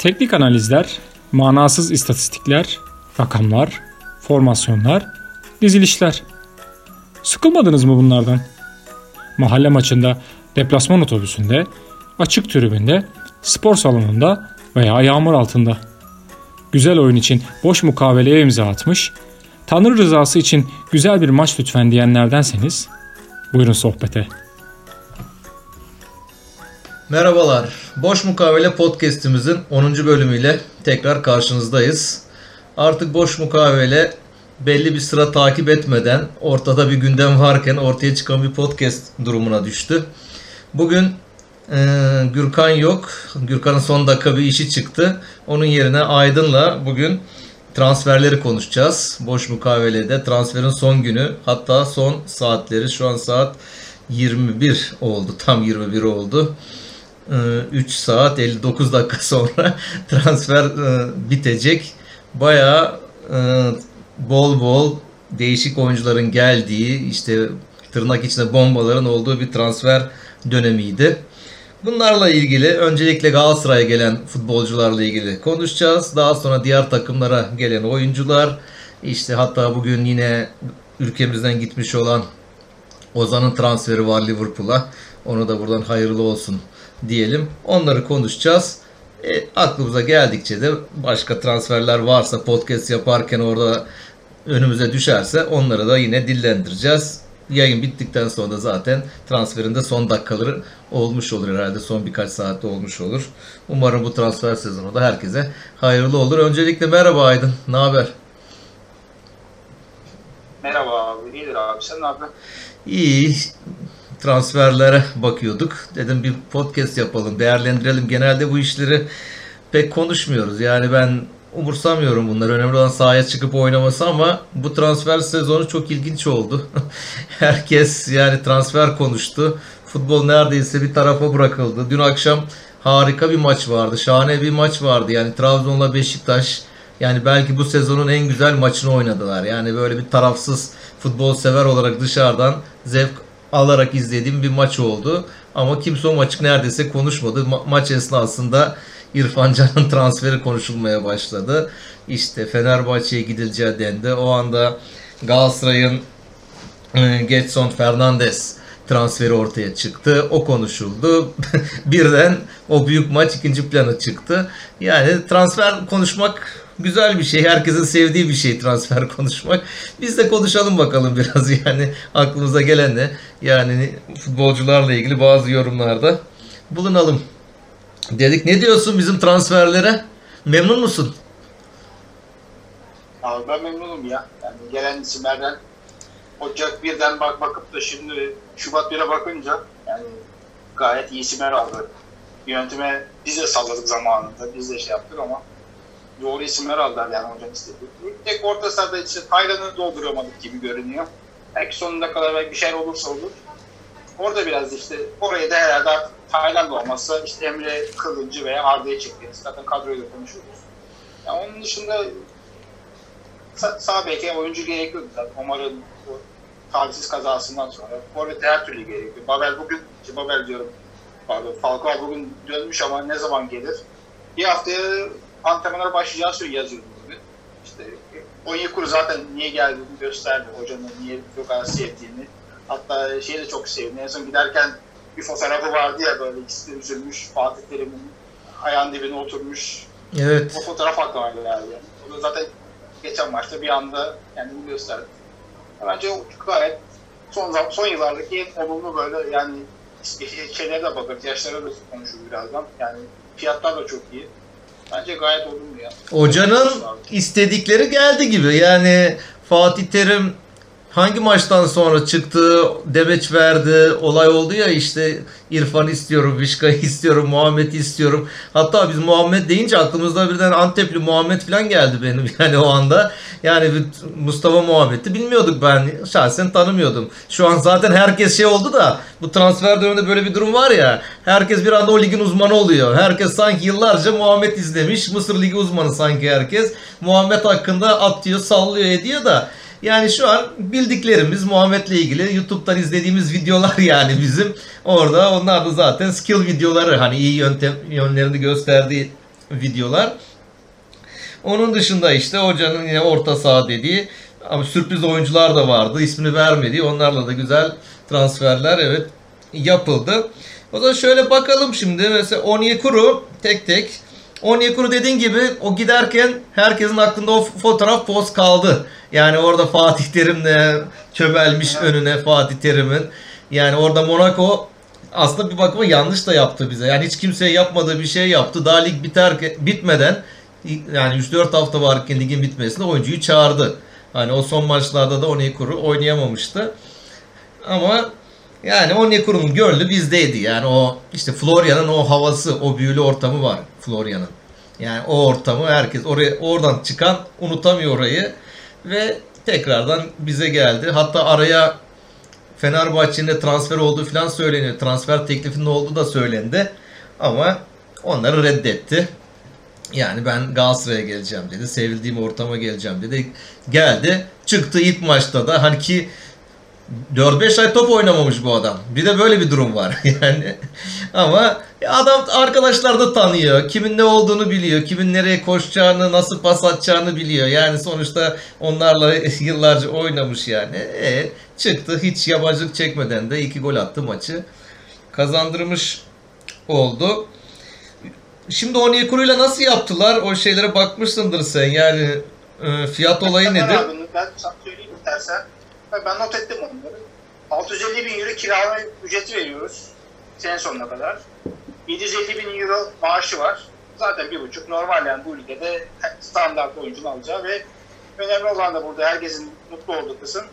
Teknik analizler, manasız istatistikler, rakamlar, formasyonlar, dizilişler. Sıkılmadınız mı bunlardan? Mahalle maçında, deplasman otobüsünde, açık tribünde, spor salonunda veya yağmur altında. Güzel oyun için boş mukaveleye imza atmış, Tanrı rızası için güzel bir maç lütfen diyenlerdenseniz, buyurun sohbete. Merhabalar, Boş Mukavele Podcast'imizin 10. bölümüyle tekrar karşınızdayız. Artık Boş Mukavele belli bir sıra takip etmeden, ortada bir gündem varken ortaya çıkan bir podcast durumuna düştü. Bugün Gürkan yok. Gürkan'ın son dakika bir işi çıktı. Onun yerine Aydın'la bugün transferleri konuşacağız. Boş Mukavele'de transferin son günü, hatta son saatleri. Şu an saat 21 oldu, tam 21 oldu. 3 saat 59 dakika sonra transfer bitecek. Bayağı bol bol değişik oyuncuların geldiği, işte tırnak içinde bombaların olduğu bir transfer dönemiydi. Bunlarla ilgili öncelikle Galatasaray'a gelen futbolcularla ilgili konuşacağız. Daha sonra diğer takımlara gelen oyuncular, işte hatta bugün yine ülkemizden gitmiş olan Ozan'ın transferi var Liverpool'a. Onu da buradan hayırlı olsun diyelim. Onları konuşacağız. Aklımıza geldikçe de başka transferler varsa podcast yaparken orada önümüze düşerse onları da yine dillendireceğiz. Yayın bittikten sonra da zaten transferin de son dakikaları olmuş olur herhalde. Son birkaç saatte olmuş olur. Umarım bu transfer sezonu da herkese hayırlı olur. Öncelikle merhaba Aydın. Ne haber? Merhaba abi. İyidir abi. Sen ne yapıyorsun? İyi. Transferlere bakıyorduk. Dedim bir podcast yapalım, değerlendirelim. Genelde bu işleri pek konuşmuyoruz. Yani ben umursamıyorum bunları. Önemli olan sahaya çıkıp oynaması ama bu transfer sezonu çok ilginç oldu. Herkes yani transfer konuştu. Futbol neredeyse bir tarafa bırakıldı. Dün akşam harika bir maç vardı. Şahane bir maç vardı. Yani Trabzon'la Beşiktaş, yani belki bu sezonun en güzel maçını oynadılar. Yani böyle bir tarafsız futbol sever olarak dışarıdan zevk alarak izlediğim bir maç oldu. Ama kimse o maçı neredeyse konuşmadı. Maç esnasında İrfan Can'ın transferi konuşulmaya başladı. İşte Fenerbahçe'ye gidileceği dendi. O anda Galatasaray'ın Gedson Fernandes transferi ortaya çıktı. O konuşuldu. Birden o büyük maç ikinci plana çıktı. Yani transfer konuşmak güzel bir şey. Herkesin sevdiği bir şey transfer konuşmak. Biz de konuşalım bakalım biraz, yani aklımıza gelen de, yani futbolcularla ilgili bazı yorumlarda bulunalım dedik. Ne diyorsun bizim transferlere? Memnun musun? Abi ben memnunum ya. Yani gelen isimlerden Ocak 1'den bakıp da şimdi Şubat 1'e bakınca yani gayet iyi isimler aldı. Yönetime biz de salladık zamanında. Biz de şey yaptık ama doğru isimler aldılar yani hocam istedi. Tek orta sahada işte Taylan'ı dolduramadık gibi görünüyor. Belki sonunda kadar belki bir şey olursa olur. Orada biraz işte oraya da herhalde artık Tayland olmazsa işte Emre Kılıncı veya Arda'yı çekeriz. Zaten kadroyla konuşuruz. Yani onun dışında sağ beke oyuncu gerekiyordu zaten. Omar'ın o talihsiz kazasından sonra. Forvet her türlü gerekiyor. Babel diyorum. Pardon, Falcao bugün dönmüş ama ne zaman gelir? Bir haftaya antrenmanlara başlayacağı yazıyordu bugün. İşte Onyekuru zaten niye geldiğini gösterdi. Hocanın niye bu kadar sevdiğini. Hatta şeyi de çok sevdim. En son giderken bir fotoğrafı vardı ya, böyle ikisi de üzülmüş. Fatih Terim'in ayağın dibine oturmuş. Evet. O fotoğraf aklıma geldi yani. O da zaten geçen maçta bir anda kendini gösterdi. Bence gayet son yıllardaki en olumlu böyle yani şeylere de bakar, yaşlara da konuşur birazdan. Yani fiyatlar da çok iyi. Bence gayet olumlu ya. Hocanın istedikleri geldi gibi. Yani Fatih Terim hangi maçtan sonra çıktı, demeç verdi, olay oldu ya, işte İrfan istiyorum, Vişka'yı istiyorum, Muhammed'i istiyorum. Hatta biz Muhammed deyince aklımızda birden Antepli Muhammed falan geldi benim yani o anda. Yani Mustafa Muhammed'i bilmiyorduk, ben şahsen tanımıyordum. Şu an zaten herkes şey oldu da, bu transfer döneminde böyle bir durum var ya, herkes bir anda o ligin uzmanı oluyor. Herkes sanki yıllarca Muhammed izlemiş, Mısır Ligi uzmanı sanki herkes. Muhammed hakkında atıyor, sallıyor, ediyor da. Yani şu an bildiklerimiz Muhammed'le ilgili YouTube'dan izlediğimiz videolar yani bizim. Orada onlar da zaten skill videoları, hani iyi yönlerini gösterdiği videolar. Onun dışında işte hocanın yine orta saha dediği ama sürpriz oyuncular da vardı. İsmini vermediği. Onlarla da güzel transferler evet yapıldı. O zaman şöyle bakalım şimdi. Mesela Onyekuru tek tek. Onyekuru dediğin gibi o giderken herkesin aklında o fotoğraf poz kaldı. Yani orada Fatih Terim'le çömelmiş önüne Fatih Terim'in. Yani orada Monaco aslında bir bakıma yanlış da yaptı bize. Yani hiç kimseye yapmadığı bir şey yaptı. Daha lig bitmeden yani 3-4 hafta varken ligin bitmesinde oyuncuyu çağırdı. Hani o son maçlarda da Onyekuru oynayamamıştı. Ama yani Onyekuru'nun gönlü bizdeydi. Yani o işte Florya'nın o havası, o büyülü ortamı var Florya'nın. Yani o ortamı herkes oradan çıkan unutamıyor orayı ve tekrardan bize geldi. Hatta araya Fenerbahçe'nin de transfer olduğu falan söyleniyor. Transfer teklifinin olduğu da söylendi. Ama onları reddetti. Yani ben Galatasaray'a geleceğim dedi. Sevildiğim ortama geleceğim dedi. Geldi. Çıktı ilk maçta da hani ki 4-5 ay top oynamamış bu adam. Bir de böyle bir durum var yani. Ama adam arkadaşlar da tanıyor. Kimin ne olduğunu biliyor. Kimin nereye koşacağını, nasıl pas atacağını biliyor. Yani sonuçta onlarla yıllarca oynamış yani. Çıktı hiç yabancılık çekmeden de 2 gol attı maçı. Kazandırmış oldu. Şimdi Onyekuru'yla nasıl yaptılar? O şeylere bakmışsındır sen. Yani fiyat olayı nedir? Ben sana söyleyeyim istersen. Ben not ettim onları. 650 bin euro kiralama ücreti veriyoruz sene sonuna kadar. 750 bin euro maaşı var. Zaten 1,5 normal yani bu ülkede standart oyuncunun alacağı ve önemli olan da burada herkesin mutlu olduğu kısım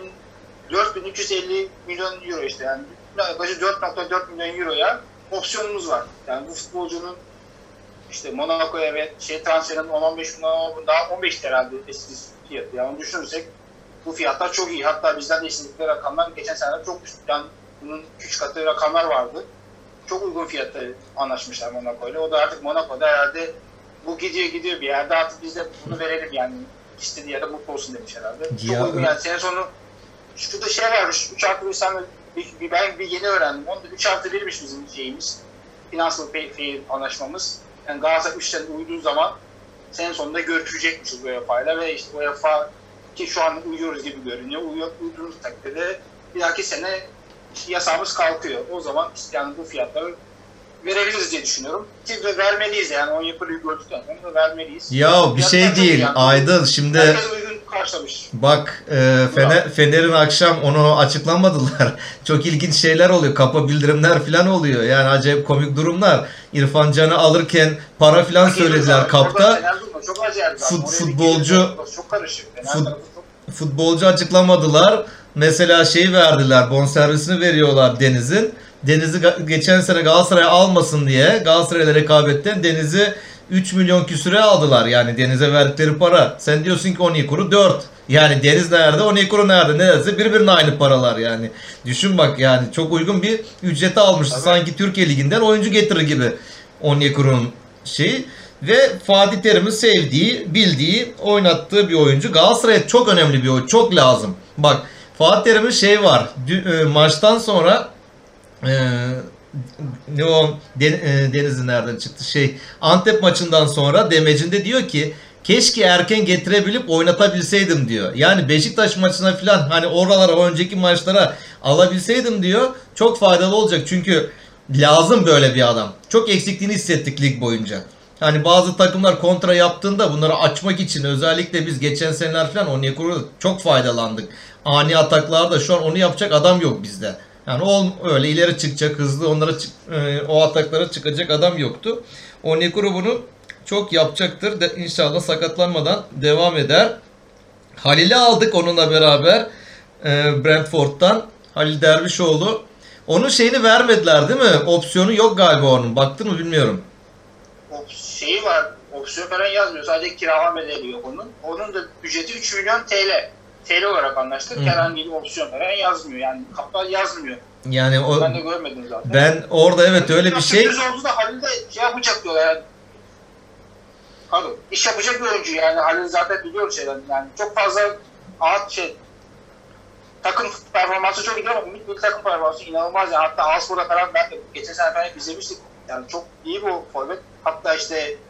4350 milyon euro işte yani yaklaşık 4,4 milyon euroya opsiyonumuz var. Yani bu futbolcunun işte Monaco'ya ve transferinin 10-15 milyon daha 15 herhalde eski fiyatı. Yani onu düşünürsek bu fiyatlar çok iyi. Hatta bizden de istedikleri rakamlar geçen sene çok düştü. Yani bunun 3 katı rakamlar vardı. Çok uygun fiyatta anlaşmışlar Monaco ile. O da artık Monaco'da herhalde bu gidiyor bir yerde artık biz de bunu verelim yani istediği yerde mutlu olsun demiş herhalde. Çok uygun yani sene sonu şurada şey varmış 3 artı 1 sen ben bir yeni öğrendim. Onda 3 artı 1'miş bizim şeyimiz. Finansal pay anlaşmamız. Yani Galatasaray 3 sene uyduğu zaman sene sonunda görüşecekmişiz UEFA'yla ve işte UEFA ki şu an uyuyoruz gibi görünüyor. Uyuduğumuz takdirde bir dahaki sene yasağımız kalkıyor. O zaman yani bu fiyatları verebiliriz diye düşünüyorum. Ki de vermeliyiz yani 10 yapılıyı gördükten sonra da vermeliyiz. Ya bir şey değil yani. Aydın şimdi herkes uygun karşılamış. Bak Fener'in akşam onu açıklamadılar. Çok ilginç şeyler oluyor. Kapa bildirimler falan oluyor. Yani acayip komik durumlar. İrfan Can'ı alırken para falan söylediler kapta. Çok acayip. Futbolcu çok karışık. Futbolcu açıklamadılar. Mesela şeyi verdiler. Bonservisini veriyorlar Deniz'in. Deniz'i geçen sene Galatasaray'a almasın diye Galatasaray'la rekabetten Deniz'i 3 milyon küsüre aldılar. Yani Deniz'e verdikleri para. Sen diyorsun ki Onyekuru 4. Yani Deniz nerede? Onyekuru nerede? Neredeyse birbirine aynı paralar yani. Düşün bak yani çok uygun bir ücreti almıştı. Tabii. Sanki Türkiye Ligi'nden oyuncu getirir gibi Onyekuru'nun şeyi. Ve Fatih Terim'in sevdiği, bildiği, oynattığı bir oyuncu. Galatasaray'a çok önemli bir oyuncu. Çok lazım. Bak Fatih Terim'in şey var. Maçtan sonra ne o Deniz'in nereden çıktı Antep maçından sonra demecinde diyor ki keşke erken getirebilip oynatabilseydim diyor. Yani Beşiktaş maçına falan hani oralara önceki maçlara alabilseydim diyor. Çok faydalı olacak çünkü lazım böyle bir adam. Çok eksikliğini hissettik lig boyunca. Hani bazı takımlar kontra yaptığında bunları açmak için özellikle biz geçen seneler falan Onyekuru'da çok faydalandık. Ani ataklarda şu an onu yapacak adam yok bizde. Yani öyle ileri çıkacak hızlı onlara o ataklara çıkacak adam yoktu. Onyekuru bunu çok yapacaktır. İnşallah sakatlanmadan devam eder. Halil'i aldık onunla beraber Brentford'dan. Halil Dervişoğlu. Onun şeyini vermediler değil mi? Opsiyonu yok galiba onun. Baktın mı bilmiyorum. Şeyi var. Opsiyon falan yazmıyor. Sadece kiralama bedeli yok onun. Onun da ücreti 3 milyon TL. TL olarak anlaştık. Herhangi bir opsiyon falan yazmıyor. Yani kaptal yazmıyor. Yani o ben de görmedim zaten. Ben orada evet öyle bir şey. Sürpriz oldu da Halil de şey yapacak diyorlar yani. Pardon. İş yapacak bir oyuncu yani. Halil zaten biliyor şeyden. Yani çok fazla takım performansı çok iyi ama milli takım performansı inanılmaz yani. Hatta Alspor'da falan ben de geçen sene falan izlemiştik. Yani çok iyi bu forvet. Hatta işte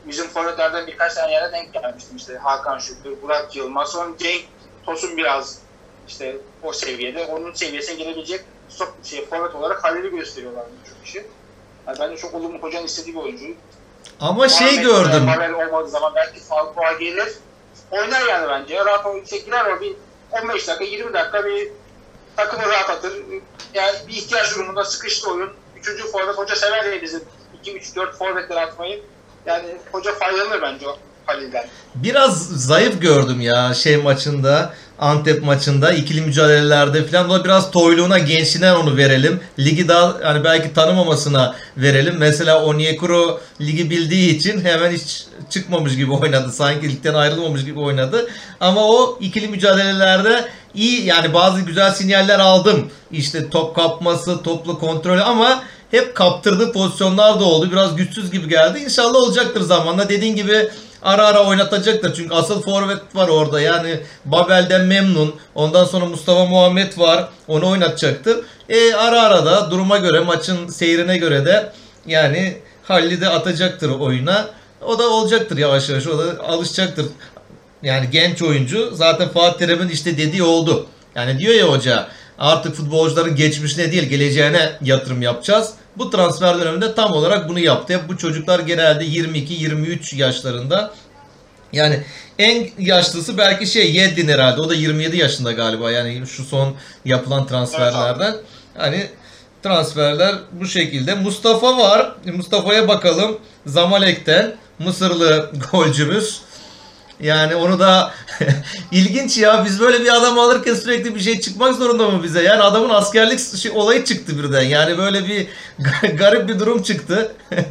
bizim forvetlerden birkaç tane yere denk gelmiştim. İşte Hakan Şükür, Burak Yılmaz, sonra Cenk Tosun biraz işte o seviyede. Onun seviyesine gelebilecek forvet olarak Halil'i gösteriyorlar birçok kişi. Yani bence çok olumlu, hocanın istediği bir oyuncu. Ama şey gördüm. Pavel olmadığı zaman belki Falcao gelir. Oynar yani bence. Rahat girer o bir 15 dakika, 20 dakika bir takımı rahatlatır. Yani bir ihtiyaç durumunda sıkıştı oyun. 3. forvet hoca sever ya bizim 2-3-4 forvetleri atmayı. Yani hoca faydalanır bence o Halil'den. Biraz zayıf gördüm ya maçında. Antep maçında ikili mücadelelerde falan da biraz toyluğuna, gençliğine onu verelim. Ligi daha hani belki tanımamasına verelim. Mesela Onyekuru ligi bildiği için hemen hiç çıkmamış gibi oynadı. Sanki ligden ayrılmamış gibi oynadı. Ama o ikili mücadelelerde iyi, yani bazı güzel sinyaller aldım. İşte top kapması, toplu kontrolü, ama hep kaptırdığı pozisyonlar da oldu. Biraz güçsüz gibi geldi. İnşallah olacaktır zamanla. Dediğin gibi ara ara oynatacaktır. Çünkü asıl forvet var orada. Yani Babel'den memnun. Ondan sonra Mustafa Muhammed var. Onu oynatacaktır. Ara ara da duruma göre, maçın seyrine göre de yani Halil'i de atacaktır oyuna. O da olacaktır yavaş yavaş. O da alışacaktır. Yani genç oyuncu. Zaten Fatih Terim'in işte dediği oldu. Yani diyor ya hoca, artık futbolcuların geçmişine değil geleceğine yatırım yapacağız. Bu transfer döneminde tam olarak bunu yaptı. Hep bu çocuklar genelde 22-23 yaşlarında. Yani en yaşlısı belki Yedlin herhalde. O da 27 yaşında galiba. Yani şu son yapılan transferlerden. Hani transferler bu şekilde. Mustafa var. Mustafa'ya bakalım. Zamalek'ten Mısırlı golcümüz. Yani onu da ilginç ya, biz böyle bir adam alırken sürekli bir şey çıkmak zorunda mı bize? Yani adamın askerlik olayı çıktı birden. Yani böyle bir garip bir durum çıktı.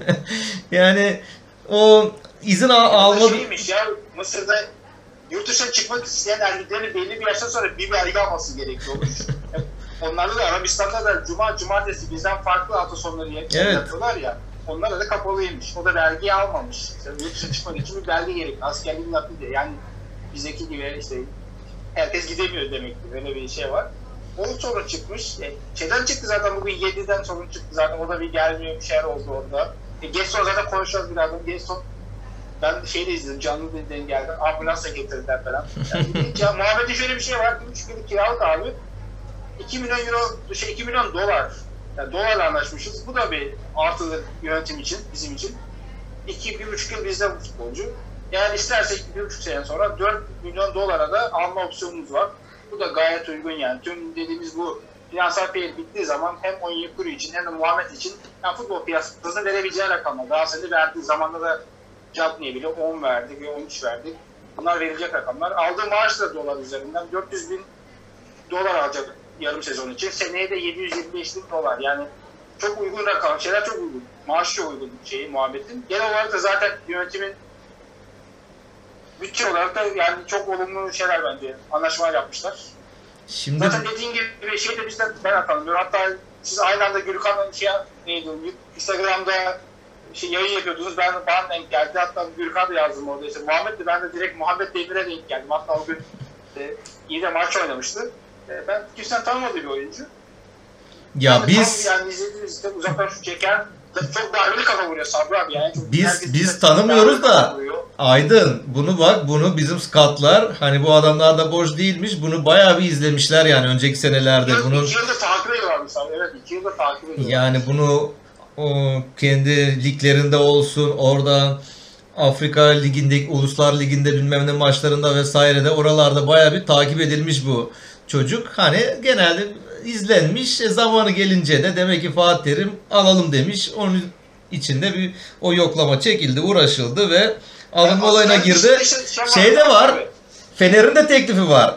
Yani o izin almadı. Şeymiş ya, Mısır'da yurt dışına çıkmak isteyen erkeklerin belli bir yaştan sonra bir belge alması gerekiyormuş. Onlarda da Arabistan'da da cumartesi bizden farklı hafta sonları yapıyorlar ya. Onlar da kapalıymış. O da belgeyi almamış. İşte yurt dışına çıkmak için bir belge gerekli. Askerliğini yaptı diye. Yani bizdeki gibi işte herkes gidemiyor demek ki. Öyle bir şey var. O sorun çıkmış. Şeyden çıktı zaten, bugün 7'den sorun çıktı zaten. O da bir gelmiyor, bir şeyler oldu orada. Gaston zaten konuşuyoruz birazdan. Gaston, ben de izledim, canlı denk geldi. Ambulansla getirdiler falan. Yani, Muhammed'in şöyle bir şey var. 3 günlük kiralık abi. 2 milyon euro, 2 milyon dolar. Yani dolarla anlaşmışız. Bu da bir artıdır yönetim için, bizim için. 2-1,5 yıl bizde bu futbolcu. Yani istersek 1,5 sene sonra 4 milyon dolara da alma opsiyonumuz var. Bu da gayet uygun yani. Tüm dediğimiz bu finansal fair bittiği zaman hem Onyekuru için hem de Muhammed için yani futbol piyasasında verebileceği rakamlar. Daha sene verdiği zamanda da Cadni'ye bile 10 verdik ve 13 verdik. Bunlar verilecek rakamlar. Aldığı maaş da dolar üzerinden 400 bin dolar alacak yarım sezon için. Seneye de 725 bin dolar. Yani çok uygun rakam. Şeyler çok uygun. Maaş çok uygun Muhammed'in. Genel olarak da zaten yönetimin bütçe olarak da yani çok olumlu şeyler bence. Anlaşmalar yapmışlar. Şimdi... Zaten dediğin gibi de bizden ben tanımıyorum. Hatta siz aynı anda Gürkan'la Instagram'da yayın yapıyordunuz. Bana denk geldi. Hatta Gürkan da yazdım orada. İşte Muhammed de, ben de direkt Muhammed Demir'e denk geldim. Hatta o gün iyi de maç oynamıştı. Ben kimsenin tanımadığı bir oyuncu. Ya yani biz yani izlediğimizde uzaktan şu çeken çok darbeli kafa vuruyor Sabri abi yani. Biz tanımıyoruz da Aydın, bunu bizim scoutlar, hani bu adamlar da boş değilmiş, bunu bayağı bir izlemişler yani önceki senelerde. 2 yılda takip ediyorlarmış abi. Evet, 2 yılda takip ediyorlar. Yani bunu kendi liglerinde olsun, orada Afrika Ligi'nde, Uluslar Ligi'nde bilmem ne maçlarında vesairede, oralarda bayağı bir takip edilmiş bu çocuk. Hani genelde izlenmiş. Zamanı gelince de demek ki Fatih Terim alalım demiş. Onun içinde bir o yoklama çekildi, uğraşıldı ve alınma olayına girdi. Şey de var. Fener'in de teklifi var.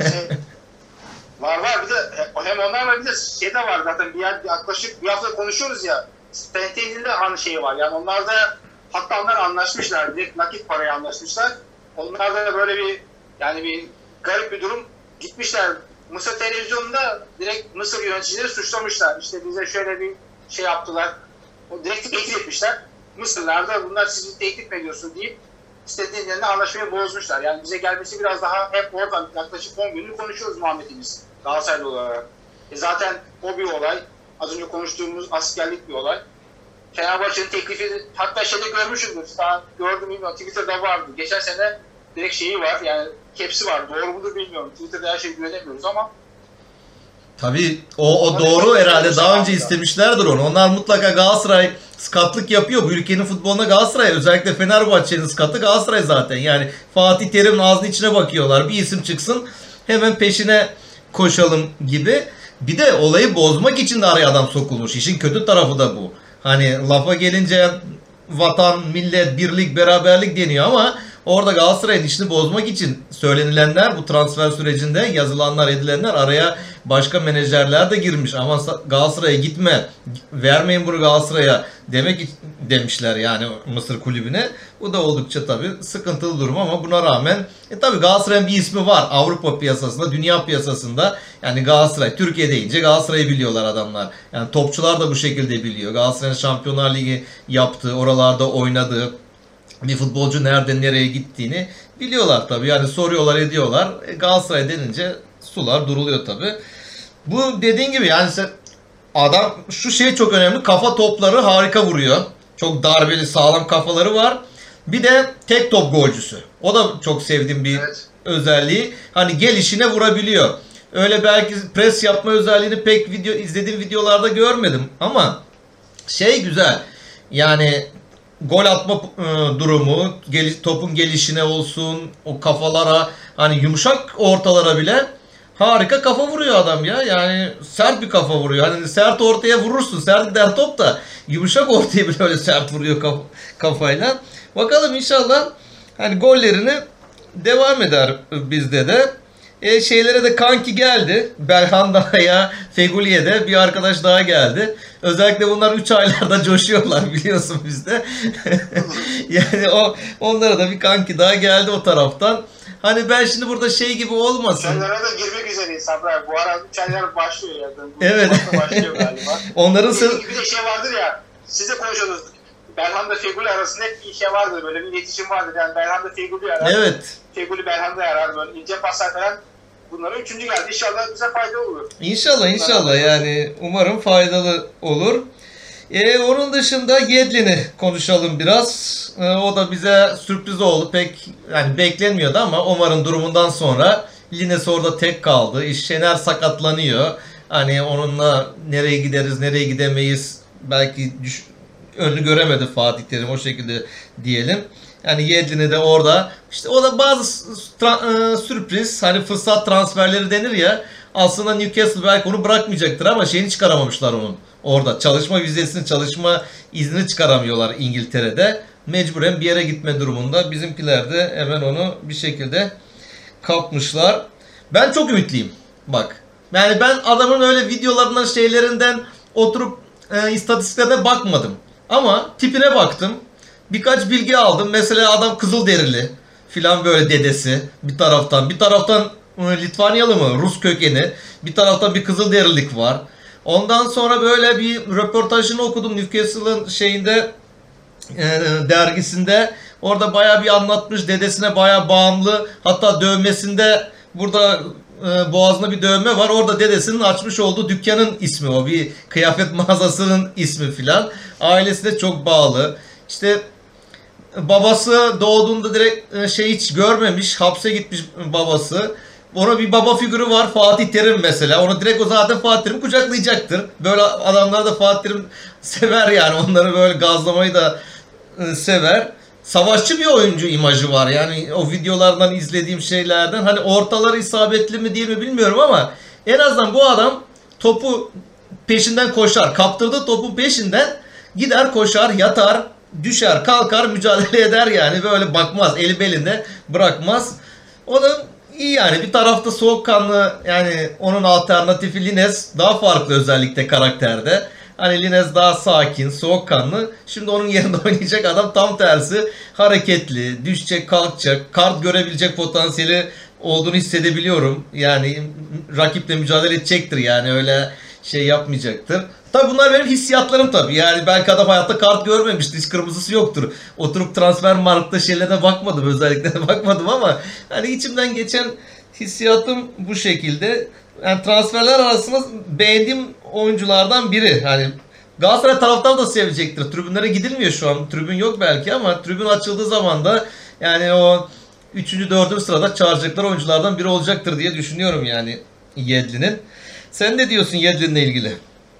Var bir de hem onlar var, bir de de var zaten yaklaşık bir hafta konuşuyoruz ya. Stentel'in de aynı şeyi var. Yani onlar da hatta onlar anlaşmışlar. Direkt nakit paraya anlaşmışlar. Onlar da böyle bir garip bir durum. Gitmişler Mısır televizyonunda direkt Mısır yöneticileri suçlamışlar. İşte bize şöyle bir şey yaptılar. O direkt tehdit etmişler. Mısırlar da bunlar sizi tehdit mi ediyorsun deyip istediğinlerine anlaşmayı bozmuşlar. Yani bize gelmesi biraz daha hep oradan yaklaşık 10 gündür konuşuyoruz Muhammed'imiz Galatasaraylı olarak. Zaten o bir olay. Az önce konuştuğumuz askerlik bir olay. Fenerbahçe'nin teklifi hatta şeyde görmüşümdür. Daha gördüm bilmiyorum. Twitter'da vardı. Geçen sene direkt şeyi var. Yani hepsi var. Doğru mudur bilmiyorum. Twitter'da her şeyi güvenemiyoruz ama Tabii o doğru herhalde. Daha önce istemişlerdir onu. Onlar mutlaka Galatasaray skatlık yapıyor. Bu ülkenin futboluna Galatasaray, özellikle Fenerbahçe'nin skatı Galatasaray zaten. Yani Fatih Terim'in ağzının içine bakıyorlar. Bir isim çıksın hemen peşine koşalım gibi. Bir de olayı bozmak için de araya adam sokulmuş. İşin kötü tarafı da bu. Hani lafa gelince vatan, millet, birlik, beraberlik deniyor ama orada Galatasaray'ın işini bozmak için söylenilenler, bu transfer sürecinde yazılanlar, edilenler, araya başka menajerler de girmiş. Ama Galatasaray'a gitme, vermeyin bunu Galatasaray'a demişler yani Mısır kulübüne. Bu da oldukça tabii sıkıntılı durum ama buna rağmen tabii Galatasaray'ın bir ismi var Avrupa piyasasında, dünya piyasasında. Yani Galatasaray, Türkiye deyince Galatasaray'ı biliyorlar adamlar. Yani topçular da bu şekilde biliyor. Galatasaray'ın Şampiyonlar Ligi yaptığı, oralarda oynadığı, bir futbolcu nereden nereye gittiğini biliyorlar tabii. Yani soruyorlar, ediyorlar. Galatasaray denince sular duruluyor tabii. Bu dediğin gibi yani adam, şu şey çok önemli. Kafa topları harika vuruyor. Çok darbeli, sağlam kafaları var. Bir de tek top golcüsü. O da çok sevdiğim bir özelliği. Hani gelişine vurabiliyor. Öyle belki pres yapma özelliğini pek izlediğim videolarda görmedim ama şey güzel. Yani gol atma durumu, topun gelişine olsun, o kafalara, hani yumuşak ortalara bile harika kafa vuruyor adam ya. Yani sert bir kafa vuruyor. Hani sert ortaya vurursun, sert gider top da yumuşak ortaya bile öyle sert vuruyor kafayla. Bakalım inşallah hani gollerini devam eder bizde de. Şeylere de kanki geldi. Belhanda'ya, Fegüli'ye de bir arkadaş daha geldi. Özellikle bunlar 3 aylarda coşuyorlar biliyorsun bizde. Yani onlara da bir kanki daha geldi o taraftan. Hani ben şimdi burada şey gibi olmasın. Çaylara da girmek üzereyiz Sabri. Bu ara çaylar başlıyor ya. Evet. Başlıyor galiba. Onların bir de şey vardır ya. Siz de konuşuyordunuz. Belhanda Fegüli arasında hep bir şey vardır. Böyle bir iletişim vardır. Yani Belhanda Fegüli arar. Evet. Fegüli Belhanda arar. Böyle ince paslar falan. Bunlara üçüncü geldi. İnşallah bize faydalı olur. İnşallah yani umarım faydalı olur. Onun dışında Yedlin'i konuşalım biraz. O da bize sürpriz oldu. Pek yani beklenmiyordu ama Omar'ın durumundan sonra Lines orada tek kaldı. Şener sakatlanıyor. Hani onunla nereye gideriz, nereye gidemeyiz belki önünü göremedi Fatih Terim, o şekilde diyelim. Yani Yedlin'i de orada. İşte o da bazı sürpriz, hani fırsat transferleri denir ya. Aslında Newcastle belki onu bırakmayacaktır ama şeyini çıkaramamışlar onun. Orada çalışma vizesini, çalışma iznini çıkaramıyorlar İngiltere'de. Mecburen bir yere gitme durumunda. Bizimkiler de hemen onu bir şekilde kapmışlar. Ben çok ümitliyim. Bak. Yani ben adamın öyle videolarından, şeylerinden oturup istatistiklerine bakmadım. Ama tipine baktım. Birkaç bilgi aldım. Mesela adam Kızılderili filan, böyle dedesi bir taraftan. Bir taraftan Litvanyalı mı? Rus kökeni. Bir taraftan bir Kızılderililik var. Ondan sonra böyle bir röportajını okudum Newcastle'ın şeyinde, dergisinde. Orada bayağı bir anlatmış. Dedesine bayağı bağımlı. Hatta dövmesinde burada boğazında bir dövme var. Orada dedesinin açmış olduğu dükkanın ismi o. Bir kıyafet mağazasının ismi filan. Ailesine çok bağlı. İşte babası doğduğunda direkt hiç görmemiş. Hapse gitmiş babası. Ona bir baba figürü var, Fatih Terim mesela. Onu direkt o zaten Fatih Terim kucaklayacaktır. Böyle adamlar da Fatih Terim sever yani. Onları böyle gazlamayı da sever. Savaşçı bir oyuncu imajı var. Yani o videolardan izlediğim şeylerden. Hani ortaları isabetli mi değil mi bilmiyorum ama en azından bu adam topu peşinden koşar. Kaptırdığı topun peşinden gider, koşar, yatar, düşer, kalkar, mücadele eder yani. Böyle bakmaz, eli belinde bırakmaz. O da İyi yani, bir tarafta soğukkanlı, yani onun alternatifi Lines daha farklı özellikle karakterde. Hani Lines daha sakin, soğukkanlı. Şimdi onun yerinde oynayacak adam tam tersi, hareketli, düşecek, kalkacak, kart görebilecek potansiyeli olduğunu hissedebiliyorum. Yani rakiple mücadele edecektir yani, öyle şey yapmayacaktır. Tabi bunlar benim hissiyatlarım tabi. Yani belki adam hayatta kart görmemiştir. Hiç kırmızısı yoktur. Oturup transfer markta şeylerine bakmadım. Özellikle de bakmadım ama hani içimden geçen hissiyatım bu şekilde. Yani transferler arasında beğendiğim oyunculardan biri. Hani Galatasaray taraftar da sevecektir. Tribünlere gidilmiyor şu an. Tribün yok belki ama tribün açıldığı zaman da yani o 3. 4. sırada çağıracaklar oyunculardan biri olacaktır diye düşünüyorum yani Yedlin'in. Sen ne diyorsun Yedlin'le ilgili?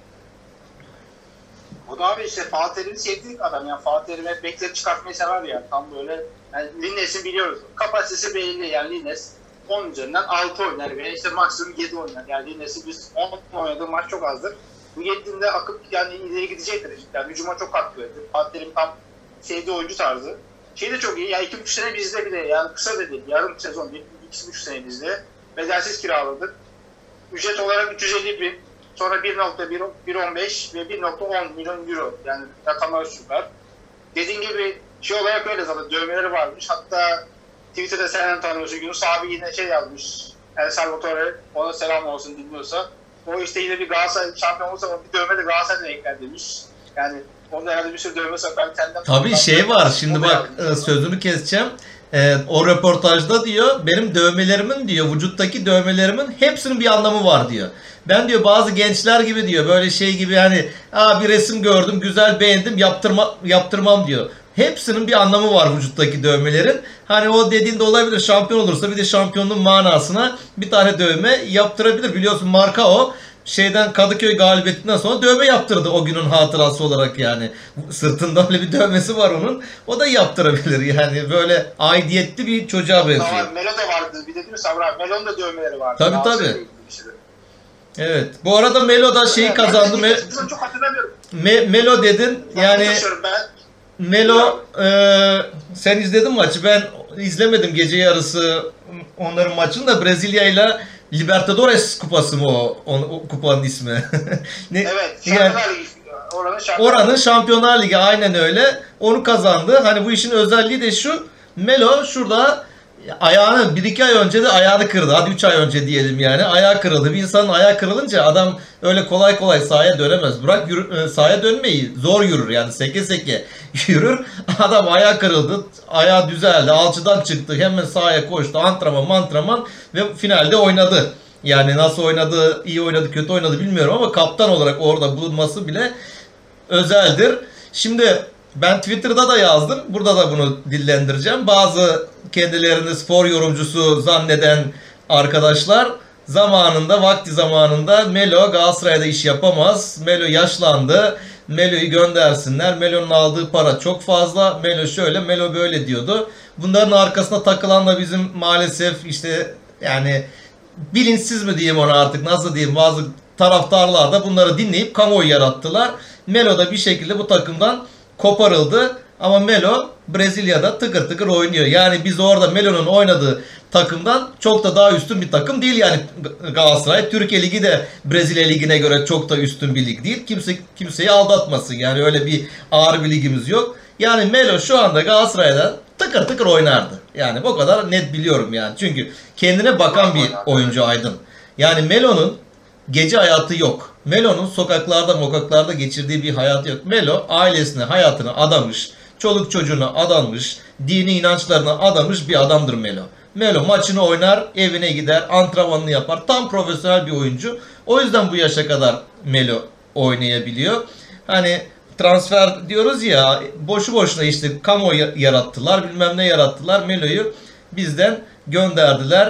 O da abi işte Fatih Terim'i sevdiği adam. Yani Fatih Terim hep beklet çıkartmayı sever ya. Tam böyle. Yani Linnes'i biliyoruz. Kapasitesi belli yani Linnes. 10 üzerinden 6 oynar veya işte maksimum 7 oynar. Yani Linnes'i biz 10 oynadığı maç çok azdır. Bu 7'inde akıp yani ileri gidecektir. Yani hücuma çok katkı verir. Fatih Terim tam sevdiği oyuncu tarzı. Şey de çok iyi. Yani 2,5 sene bizde bile. Yani kısa da değil. Yarım sezon değil. 2,5 sene bizde. Bedelsiz kiraladık. Ücret olarak 350 bin. Sonra 1.15 ve 1.10 milyon euro. Yani rakamlar süper. Dediğin gibi şey olarak öyle zaten dövmeleri varmış. Hatta Twitter'da senden tanıyorsun Yunus abi yine şey yazmış. El Salvatore ona selam olsun dinliyorsa. O işte yine bir Galatasaray şampiyon olursa bir dövme de Galatasaray'dan ekler demiş. Yani onda herhalde bir sürü dövme saklar. Tabii şey var şimdi bak sözünü keseceğim. O röportajda diyor benim dövmelerimin diyor vücuttaki dövmelerimin hepsinin bir anlamı var diyor. Ben diyor bazı gençler gibi diyor böyle şey gibi hani bir resim gördüm güzel beğendim yaptırmam diyor. Hepsinin bir anlamı var vücuttaki dövmelerin. Hani o dediğinde olabilir şampiyon olursa bir de şampiyonluğun manasına bir tane dövme yaptırabilir. Biliyorsun marka o. Şeyden Kadıköy galibiyetinden sonra dövme yaptırdı o günün hatırası olarak yani. Sırtında öyle bir dövmesi var onun. O da yaptırabilir yani böyle aidiyetli bir çocuğa benziyor. Tamam Melo da vardı bir de değil mi Sabri abi? Melo'nun da dövmeleri vardı. Tabii. Evet. Bu arada Melo da şeyi kazandı. Çok hatırlamıyorum. Melo dedin yani Melo sen izledin maçı ben izlemedim gece yarısı onların maçını da Brezilya ile Libertadores kupası mı o kupanın ismi? Evet. Şampiyonlar Ligi. Oranın Şampiyonlar Ligi aynen öyle. Onu kazandı. Hani bu işin özelliği de şu. Melo şurada ayağını 1-2 ay önce de ayağını kırdı. Hadi 3 ay önce diyelim yani. Ayağı kırıldı. Bir insanın ayağı kırılınca adam öyle kolay kolay sahaya dönemez. Bırak sahaya dönmeyi zor yürür yani seke seke yürür. Adam ayağı kırıldı. Ayağı düzeldi. Alçıdan çıktı. Hemen sahaya koştu. Antrenman ve finalde oynadı. Yani nasıl oynadı, iyi oynadı, kötü oynadı bilmiyorum ama kaptan olarak orada bulunması bile özeldir. Şimdi ben Twitter'da da yazdım. Burada da bunu dillendireceğim. Bazı kendilerini spor yorumcusu zanneden arkadaşlar vakti zamanında Melo Galatasaray'da iş yapamaz. Melo yaşlandı. Melo'yu göndersinler. Melo'nun aldığı para çok fazla. Melo şöyle, Melo böyle diyordu. Bunların arkasına takılan da bizim maalesef işte yani bilinçsiz mi diyeyim ona artık nasıl diyeyim bazı taraftarlar da bunları dinleyip kamuoyu yarattılar. Melo da bir şekilde bu takımdan koparıldı. Ama Melo Brezilya'da tıkır tıkır oynuyor. Yani biz orada Melo'nun oynadığı takımdan çok da daha üstün bir takım değil yani Galatasaray. Türkiye Ligi de Brezilya Ligi'ne göre çok da üstün bir lig değil. Kimseyi aldatmasın. Yani öyle bir ağır bir ligimiz yok. Yani Melo şu anda Galatasaray'da tıkır tıkır oynardı. Yani bu kadar net biliyorum yani. Çünkü kendine bakan bir oyuncu Aydın. Yani Melo'nun gece hayatı yok. Melo'nun sokaklarda geçirdiği bir hayatı yok. Melo ailesine, hayatını adamış. Çoluk çocuğuna adanmış. Dini inançlarına adamış bir adamdır Melo. Melo maçını oynar, evine gider, antrenmanını yapar. Tam profesyonel bir oyuncu. O yüzden bu yaşa kadar Melo oynayabiliyor. Hani transfer diyoruz ya boşu boşuna işte kamuoyu yarattılar bilmem ne yarattılar Melo'yu bizden gönderdiler.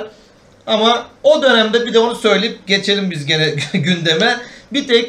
Ama o dönemde bir de onu söyleyip geçelim biz gene gündeme. Bir tek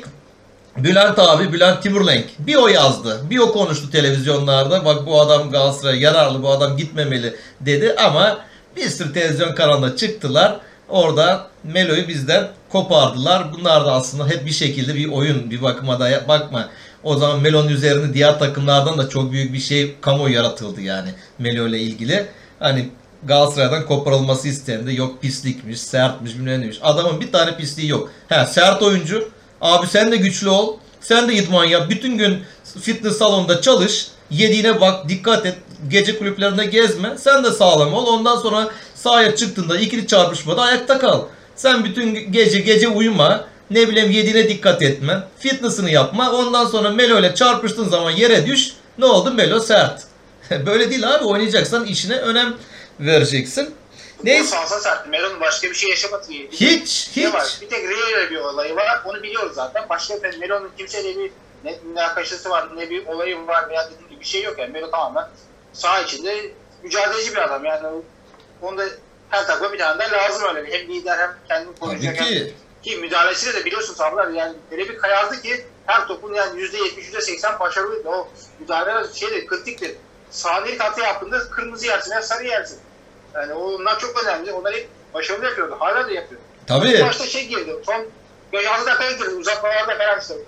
Bülent Timurlenk bir o yazdı. Bir o konuştu televizyonlarda. Bak bu adam Galatasaray'a yararlı bu adam gitmemeli dedi ama bir sürü televizyon kanalına çıktılar. Orada Melo'yu bizden kopardılar. Bunlar da aslında hep bir şekilde bir oyun bir bakıma da bakma. O zaman Melo'nun üzerinde diğer takımlardan da çok büyük bir şey kamuoyu yaratıldı yani Melo ile ilgili. Hani Galatasaray'dan koparılması istendi. Yok pislikmiş, sertmiş, bilmem neymiş. Adamın bir tane pisliği yok. Sert oyuncu. Abi sen de güçlü ol. Sen de idman yap. Bütün gün fitness salonunda çalış. Yediğine bak, dikkat et. Gece kulüplerinde gezme. Sen de sağlam ol. Ondan sonra sahaya çıktığında ikili çarpışmada ayakta kal. Sen bütün gece uyuma. Ne bileyim yediğine dikkat etme. Fitness'ını yapma. Ondan sonra Melo ile çarpıştığın zaman yere düş. Ne oldu? Melo sert. Böyle değil abi. Oynayacaksan işine önem vereceksin. Neyse. Salsa sertti. Melo'nun başka bir şey yaşamadı diye. Hiç. Var. Bir tek Rio'yla bir olayı var. Onu biliyoruz zaten. Başka Melo'nun kimseyle bir ne münakaşası var, ne bir olayı var veya dediğim gibi bir şey yok yani. Melo tamamen saha içinde mücadeleci bir adam yani. Onda her takıma bir tane de lazım öyle. Hem lider hem kendini koruyacak. Ki müdahalesiyle de biliyorsunuz ablar yani öyle bir kayardı ki her topun yani %70, %80 başarılıydı. O müdahale kritiktir. Sahada ilk hata yaptığında kırmızı yersin, ya sarı yersin. Yani onlar çok önemli. Onlar hep başarılı yapıyordu. Hala da yapıyor. Tabii. Başta girdi. Son 6 dakikaya girdi. Uzatmalarda falan işte.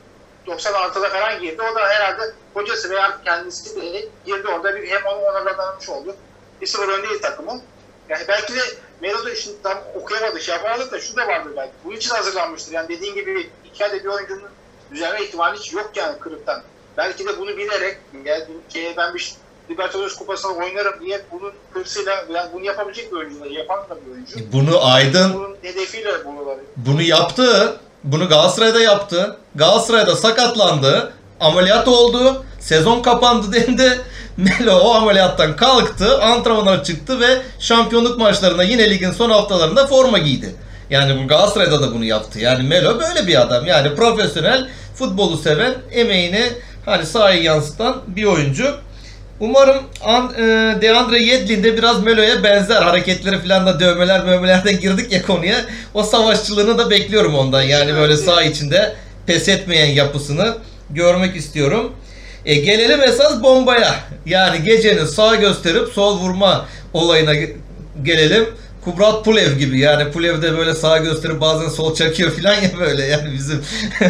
96'da falan girdi. O da herhalde hocası veya kendisi de girdi orada. Hem onu onarlanmış oldu. 1-0 öndeyiz takımı. Yani belki de Melo'da işini tam okuyamadı, yapamadı da şu da vardır belki. Bu için hazırlanmıştır. Yani dediğin gibi 2 ayda bir oyuncunun düzelme ihtimali hiç yok yani kırıktan. Belki de bunu bilerek yani ben bir Libertadores Kupası'na oynarım diye bunun hırsıyla yani bunu yapabilecek bir oyuncu da yapan da bir oyuncu. Bunu Aydın bunun hedefiyle bunu yaptı. Bunu Galatasaray'da yaptı. Galatasaray'da sakatlandı. Ameliyat oldu. Sezon kapandı denildi. Melo o ameliyattan kalktı. Antrenmana çıktı ve şampiyonluk maçlarında yine ligin son haftalarında forma giydi. Yani bu Galatasaray'da da bunu yaptı. Yani Melo böyle bir adam. Yani profesyonel, futbolu seven, emeğini hani sahaya yansıtan bir oyuncu. Umarım DeAndre Yedlin de biraz Melo'ya benzer. Hareketleri falan da dövmelerden girdik ya konuya. O savaşçılığını da bekliyorum ondan. Yani böyle saha içinde pes etmeyen yapısını görmek istiyorum. Gelelim esas bombaya. Yani gecenin sağ gösterip sol vurma olayına gelelim. Kubrat Pulev gibi yani Pulev'de böyle sağ gösterip bazen sol çakıyor falan ya böyle yani bizim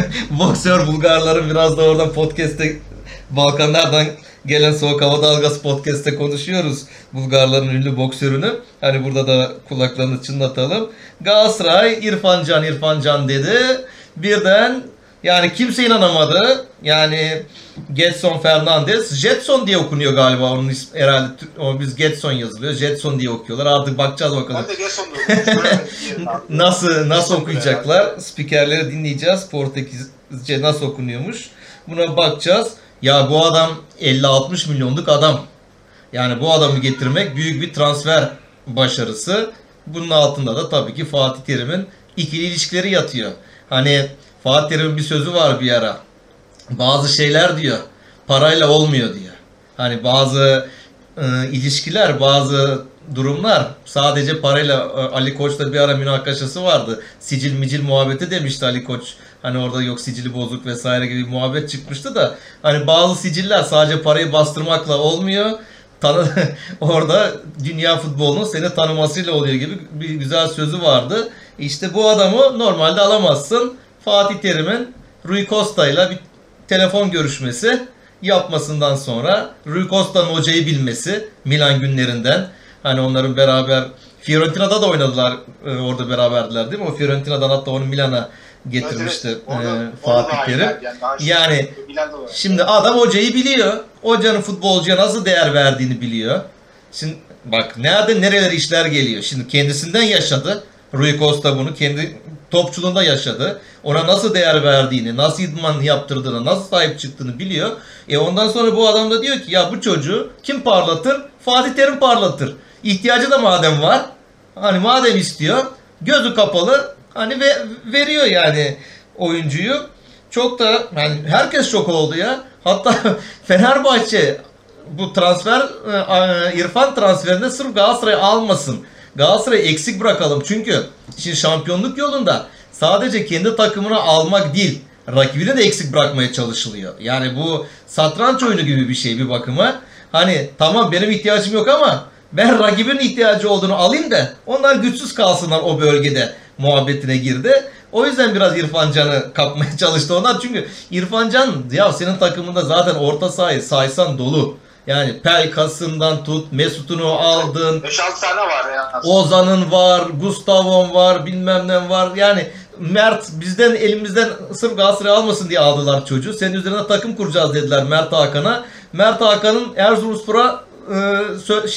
boksör Bulgarların biraz da oradan podcast'te Balkanlardan gelen Soğuk Hava Dalgası podcast'te konuşuyoruz Bulgarların ünlü boksörünü. Hani burada da kulaklarını çınlatalım. Galatasaray İrfan Can dedi. Birden yani kimse inanamadı. Yani Getson Fernandez. Jetson diye okunuyor galiba onun ismi herhalde. Biz Getson yazılıyor. Jetson diye okuyorlar. Artık bakacağız bakalım. Ben de Getson diyorum. nasıl okuyacaklar? Spikerleri dinleyeceğiz. Portekizce nasıl okunuyormuş. Buna bakacağız. Ya bu adam 50-60 milyonluk adam. Yani bu adamı getirmek büyük bir transfer başarısı. Bunun altında da tabii ki Fatih Terim'in ikili ilişkileri yatıyor. Hani Fatih Terim'in bir sözü var bir ara. Bazı şeyler diyor parayla olmuyor diyor. Hani bazı ilişkiler, bazı durumlar sadece parayla. Ali Koç'ta bir ara münakaşası vardı. Sicil micil muhabbeti demişti Ali Koç. Hani orada yok sicili bozuk vesaire gibi bir muhabbet çıkmıştı da hani bazı siciller sadece parayı bastırmakla olmuyor. Orada dünya futbolunun seni tanımasıyla oluyor gibi bir güzel sözü vardı. İşte bu adamı normalde alamazsın. Fatih Terim'in Rui Costa ile bir telefon görüşmesi yapmasından sonra Rui Costa'nın hocayı bilmesi Milan günlerinden. Hani onların beraber Fiorentina'da da oynadılar. Orada beraberdiler değil mi? O Fiorentina'dan hatta onu Milan'a getirmişti Fatih Terim. Yani şimdi adam hocayı biliyor. Hocanın futbolcuya nasıl değer verdiğini biliyor. Şimdi bak nerelere işler geliyor. Şimdi kendisinden yaşadı. Rui Costa bunu kendi topçuluğunda yaşadı. Ona nasıl değer verdiğini, nasıl idman yaptırdığını, nasıl sahip çıktığını biliyor. Ondan sonra bu adam da diyor ki ya bu çocuğu kim parlatır? Fatih Terim parlatır. İhtiyacı da madem var. Hani madem istiyor, gözü kapalı hani veriyor yani oyuncuyu. Çok da hani herkes şok oldu ya. Hatta Fenerbahçe bu transfer İrfan transferinde sırf Galatasaray almasın. Galatasaray'ı eksik bırakalım. Çünkü şimdi şampiyonluk yolunda sadece kendi takımını almak değil, rakibini de eksik bırakmaya çalışılıyor. Yani bu satranç oyunu gibi bir şey bir bakıma. Hani tamam benim ihtiyacım yok ama ben rakibin ihtiyacı olduğunu alayım da onlar güçsüz kalsınlar o bölgede muhabbetine girdi. O yüzden biraz İrfan Can'ı kapmaya çalıştı onlar. Çünkü İrfan Can ya senin takımında zaten orta sahayı saysan dolu. Yani Pelkas'ından tut, Mesut'unu aldın. 5-6 tane var ya. Ozan'ın var, Gustavo'nun var, bilmem ne var. Yani Mert bizden elimizden sırf Galatasaray almasın diye aldılar çocuğu. Senin üzerine takım kuracağız dediler Mert Hakan'a. Mert Hakan'ın Erzurumspor'a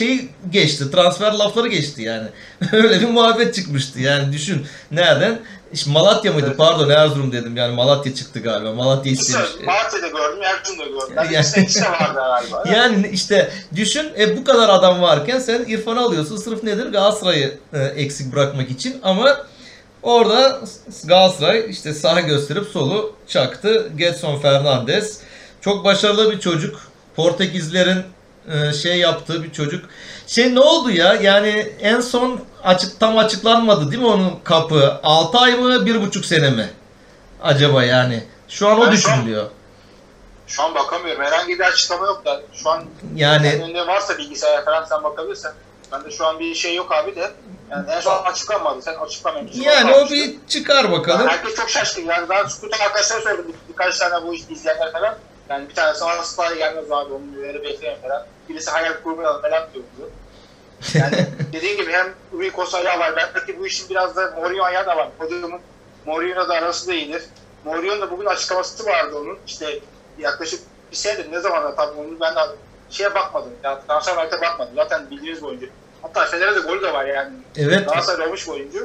geçti. Transfer lafları geçti yani. Öyle bir muhabbet çıkmıştı. Yani düşün nereden? İşte Malatya mıydı? Evet. Pardon, Erzurum dedim. Yani Malatya çıktı galiba. Malatya istemiş. Malatya'da gördüm, Erzurum'da gördüm. Ben ikisi vardı galiba. Yani işte düşün, bu kadar adam varken sen İrfan'ı alıyorsun. Sırf nedir? Galatasaray'ı eksik bırakmak için. Ama orada Galatasaray işte sağ gösterip solu çaktı. Gedson Fernandes. Çok başarılı bir çocuk. Portekizlerin yaptığı bir çocuk. Ne oldu ya? Yani en son tam açıklanmadı değil mi onun kapı? 6 ay mı, 1,5 sene mi? Acaba yani. Şu an o düşünülüyor. Şu an bakamıyorum. Herhangi bir açıklama yok da. Şu an yani önünde varsa bilgisayar falan sen bakabilirsen. Ben de şu an bir şey yok abi de. Yani en son açıklanmadı. Sen açıklamamışsın. Yani o bir çıkar bakalım. Yani herkes çok şaşkın. Yani ben Scoot'un arkadaşlara sordum. Birkaç tane bu işi izleyenler falan. Yani bir tanesi Aspa'ya gelmez abi. Onu öyle bekleyen falan. Birisi hayal kurmayalım falan diyordu. Yani dediğim gibi hem Rui Costa ayağı var. Belki bu işin biraz da Mourinho ayağı da var. Hocamın Mourinho'la da arası da iyidir. Mourinho'nun da bugün açıklaması vardı onun. İşte yaklaşık bir senedir, ne zamanlar tabii onu ben de bakmadım. Yani transfer markete bakmadım. Zaten bildiğiniz bir oyuncu. Hatta Fener'e de golü de var yani. Evet. Galatasaray olmuş bir oyuncu.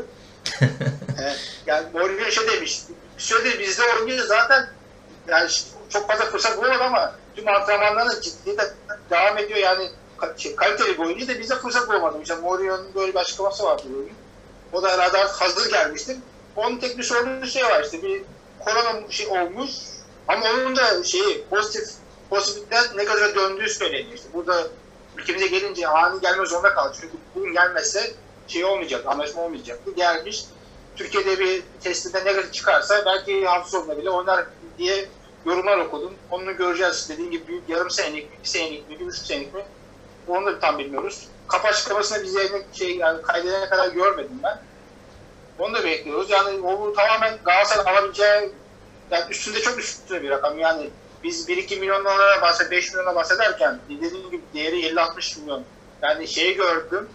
Yani Mourinho demiş. Şöyle bizde oyuncu zaten yani çok fazla fırsat bulamadı ama tüm antrenmanlarına ciddi de devam ediyor yani. Kaliteli bir oyuncu da bize fırsat bulamadım. İşte Mourinho'nun böyle bir açıklaması vardı bugün. O da herhalde hazır gelmişti. Onun tek bir sorduğu var işte bir korona olmuş ama onun da pozitiften negatife döndüğü söyleniyor. İşte burada ülkemize gelince ani gelme zorunda kaldı. Çünkü bugün gelmezse olmayacak, anlaşma olmayacaktı. Gelmiş, Türkiye'de bir testinde negatif çıkarsa belki hafta sonunda bile oynar diye yorumlar okudum. Onu göreceğiz. Dediğim gibi yarım senelik, 1 senelik mi, 1,5 senelik mi? Onu da tam bilmiyoruz. Kapı açıklamasını biz yani kaydedene kadar görmedim ben. Onu da bekliyoruz. Yani o tamamen Galatasaray'ın alabileceği, yani çok üstünde bir rakam. Yani biz 1-2 milyonlara 5 milyona bahsederken dediğim gibi değeri 50-60 milyon. Yani gördüm.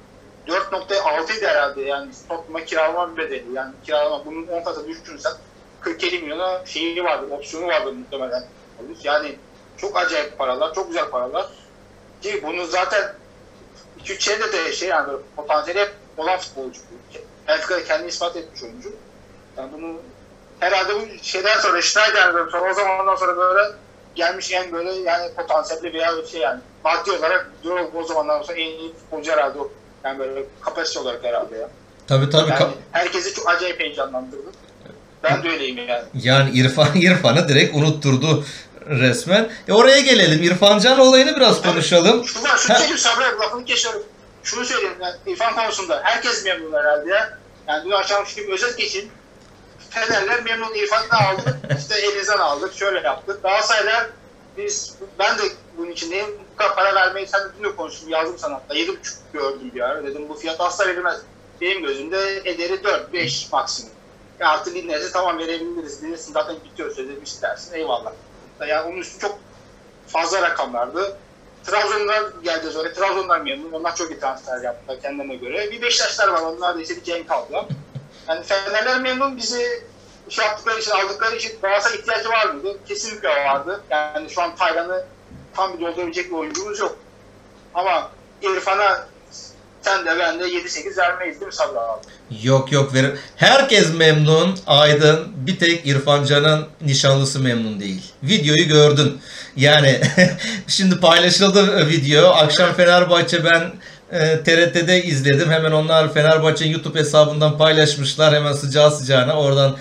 4.6'ydı herhalde yani Tottenham'a kiralama bedeli. Yani kiralama bunun 10 katı düşünürsen 40-50 milyona vardı, opsiyonu vardı muhtemelen. Yani çok acayip paralar, çok güzel paralar. Ki bunu zaten 2-3 senede de yani potansiyeli olan futbolcu. Belki kendini ispat etmiş oyuncu. Yani bunu herhalde bu sonra Schneider'den sonra o zamandan sonra böyle gelmiş en böyle yani potansiyelli veya yani maddi olarak o zamandan sonra en iyi futbolcu herhalde o. Yani böyle kapasite olarak herhalde ya. Tabii. Yani herkesi çok acayip heyecanlandırdı. Ben de öyleyim yani. Yani İrfan'ı direkt unutturdu resmen. Oraya gelelim. İrfan Can olayını biraz konuşalım. Şunu söyleyeyim Sabri, lafını kesiyorum. Şunu söyleyeyim yani İrfan konusunda herkes memnun herhalde ya. Yani dün akşam gibi özet geçin. Fenerler memnun, İrfan'ı aldık. İşte elinizden aldık. Şöyle yaptık. Galatasaraylar ben de bunun içindeyim. Bu kadar para vermeyi sen dün de konuştun. Yazdım sana hatta. 7,5 gördüm bir ara. Dedim bu fiyat asla verilmez. Benim gözümde ederi 4-5 maksimum. Ya artık dinlerse tamam verebiliriz. Dinlersin zaten bitiyor sözlemiş dersin. Eyvallah. Yani onun üstü çok fazla rakamlardı. Trabzon'dan geldi sonra. Trabzon'dan memnun. Onlar çok iyi transfer yaptılar kendine göre. Bir Beşiktaşlar var. Onlar da işte bir Cenk aldı. Yani Fenerler memnun. Bizi yaptıkları için, aldıkları için Galatasaray ihtiyacı var mıydı? Kesinlikle vardı. Yani şu an Taylan'ı tam bir doldurabilecek bir oyuncumuz yok. Ama İrfan'a sen de ben de 7-8 vermeyiz değil mi Sabri abi? Yok verir. Herkes memnun. Aydın. Bir tek İrfan Can'ın nişanlısı memnun değil. Videoyu gördün. Yani şimdi paylaşıldı video. Akşam Fenerbahçe ben TRT'de izledim. Hemen onlar Fenerbahçe'nin YouTube hesabından paylaşmışlar. Hemen sıcağı sıcağına oradan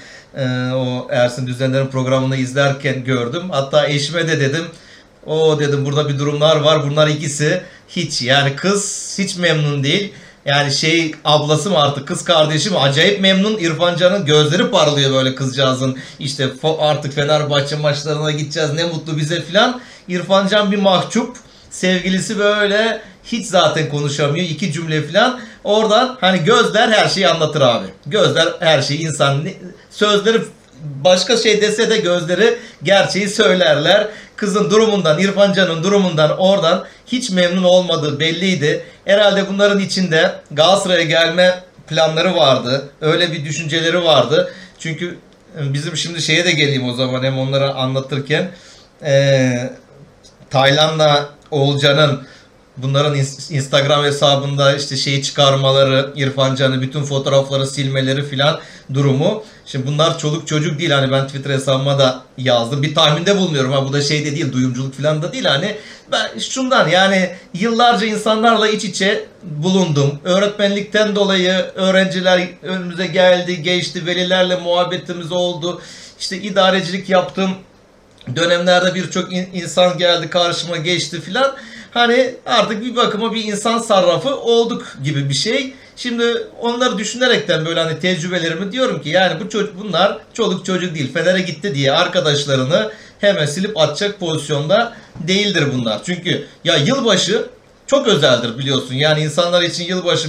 o Ersin Düzenler'in programını izlerken gördüm. Hatta eşime de dedim. Dedim burada bir durumlar var. Bunlar ikisi hiç yani kız hiç memnun değil. Yani ablası mı artık kız kardeşi mi acayip memnun. İrfan Can'ın gözleri parlıyor böyle kızcağızın. İşte artık Fenerbahçe maçlarına gideceğiz ne mutlu bize filan. İrfan Can bir mahcup. Sevgilisi böyle hiç zaten konuşamıyor. 2 cümle filan. Oradan hani gözler her şeyi anlatır abi. Gözler her şeyi insan sözleri başka dese de gözleri gerçeği söylerler. Kızın durumundan, İrfan Can'ın durumundan oradan hiç memnun olmadığı belliydi. Herhalde bunların içinde Galatasaray'a gelme planları vardı. Öyle bir düşünceleri vardı. Çünkü bizim şimdi de geleyim o zaman hem onlara anlatırken Taylan'la Oğulcan'ın Bunların Instagram hesabında işte şeyi çıkarmaları, İrfan Can'ı bütün fotoğrafları silmeleri filan durumu. Şimdi bunlar çoluk çocuk değil, hani ben Twitter hesabıma da yazdım. Bir tahminde bulunuyorum, ha bu da şey de değil, duyumculuk filan da değil, hani ben şundan, yani yıllarca insanlarla iç içe bulundum. Öğretmenlikten dolayı öğrenciler önümüze geldi, geçti, velilerle muhabbetimiz oldu. İşte idarecilik yaptım. Dönemlerde birçok insan geldi karşıma, geçti filan. Hani artık bir bakıma bir insan sarrafı olduk gibi bir şey. Şimdi onları düşünerekten böyle hani tecrübelerimi diyorum ki yani bunlar çoluk çocuk değil. Fener'e gitti diye arkadaşlarını hemen silip atacak pozisyonda değildir bunlar. Çünkü ya yılbaşı çok özeldir biliyorsun. Yani insanlar için yılbaşı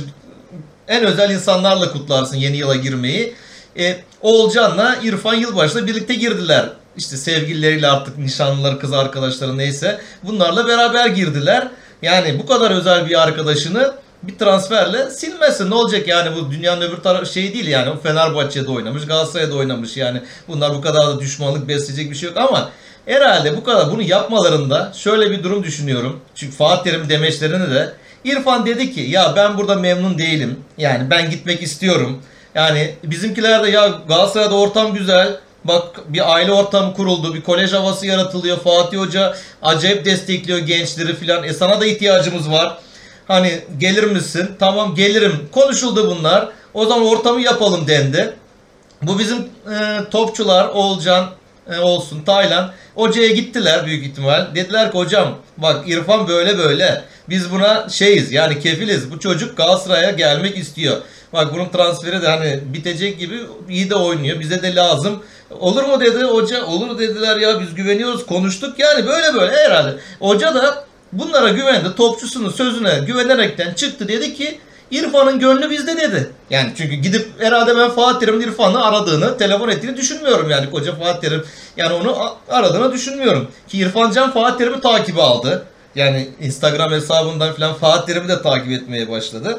en özel insanlarla kutlarsın yeni yıla girmeyi. Oğulcan'la İrfan yılbaşında birlikte girdiler. İşte sevgilileriyle, artık nişanlıları, kız arkadaşları neyse, bunlarla beraber girdiler. Yani bu kadar özel bir arkadaşını bir transferle silmesin. Ne olacak yani, bu dünyanın öbür tarafı şey değil yani. O Fenerbahçe'de oynamış, Galatasaray'da oynamış, yani bunlar bu kadar da düşmanlık besleyecek bir şey yok ama herhalde bu kadar bunu yapmalarında şöyle bir durum düşünüyorum. Çünkü Fatih Terim demeçlerini de İrfan dedi ki ya ben burada memnun değilim. Yani ben gitmek istiyorum. Yani bizimkiler de ya Galatasaray'da ortam güzel. Bak bir aile ortamı kuruldu. Bir kolej havası yaratılıyor. Fatih Hoca acayip destekliyor gençleri filan. Sana da ihtiyacımız var. Hani gelir misin? Tamam gelirim. Konuşuldu bunlar. O zaman ortamı yapalım dendi. Bu bizim topçular Oğulcan olsun, Taylan hocaya gittiler büyük ihtimal. Dediler ki hocam bak İrfan böyle böyle. Biz buna şeyiz yani kefiliz. Bu çocuk Galatasaray'a gelmek istiyor. Bak bunun transferi de hani bitecek gibi, iyi de oynuyor. Bize de lazım. Olur mu dedi hoca. Olur dediler ya, biz güveniyoruz, konuştuk. Yani böyle böyle herhalde. Hoca da bunlara güvendi. Topçusunun sözüne güvenerekten çıktı, dedi ki İrfan'ın gönlü bizde dedi. Yani çünkü gidip herhalde ben Fatih Terim'in İrfan'ı aradığını, telefon ettiğini düşünmüyorum yani. Koca Fatih Terim yani onu aradığını düşünmüyorum. Ki İrfan Can Fatih Terim'i takibi aldı. Yani Instagram hesabından falan Fatih Terim'i de takip etmeye başladı.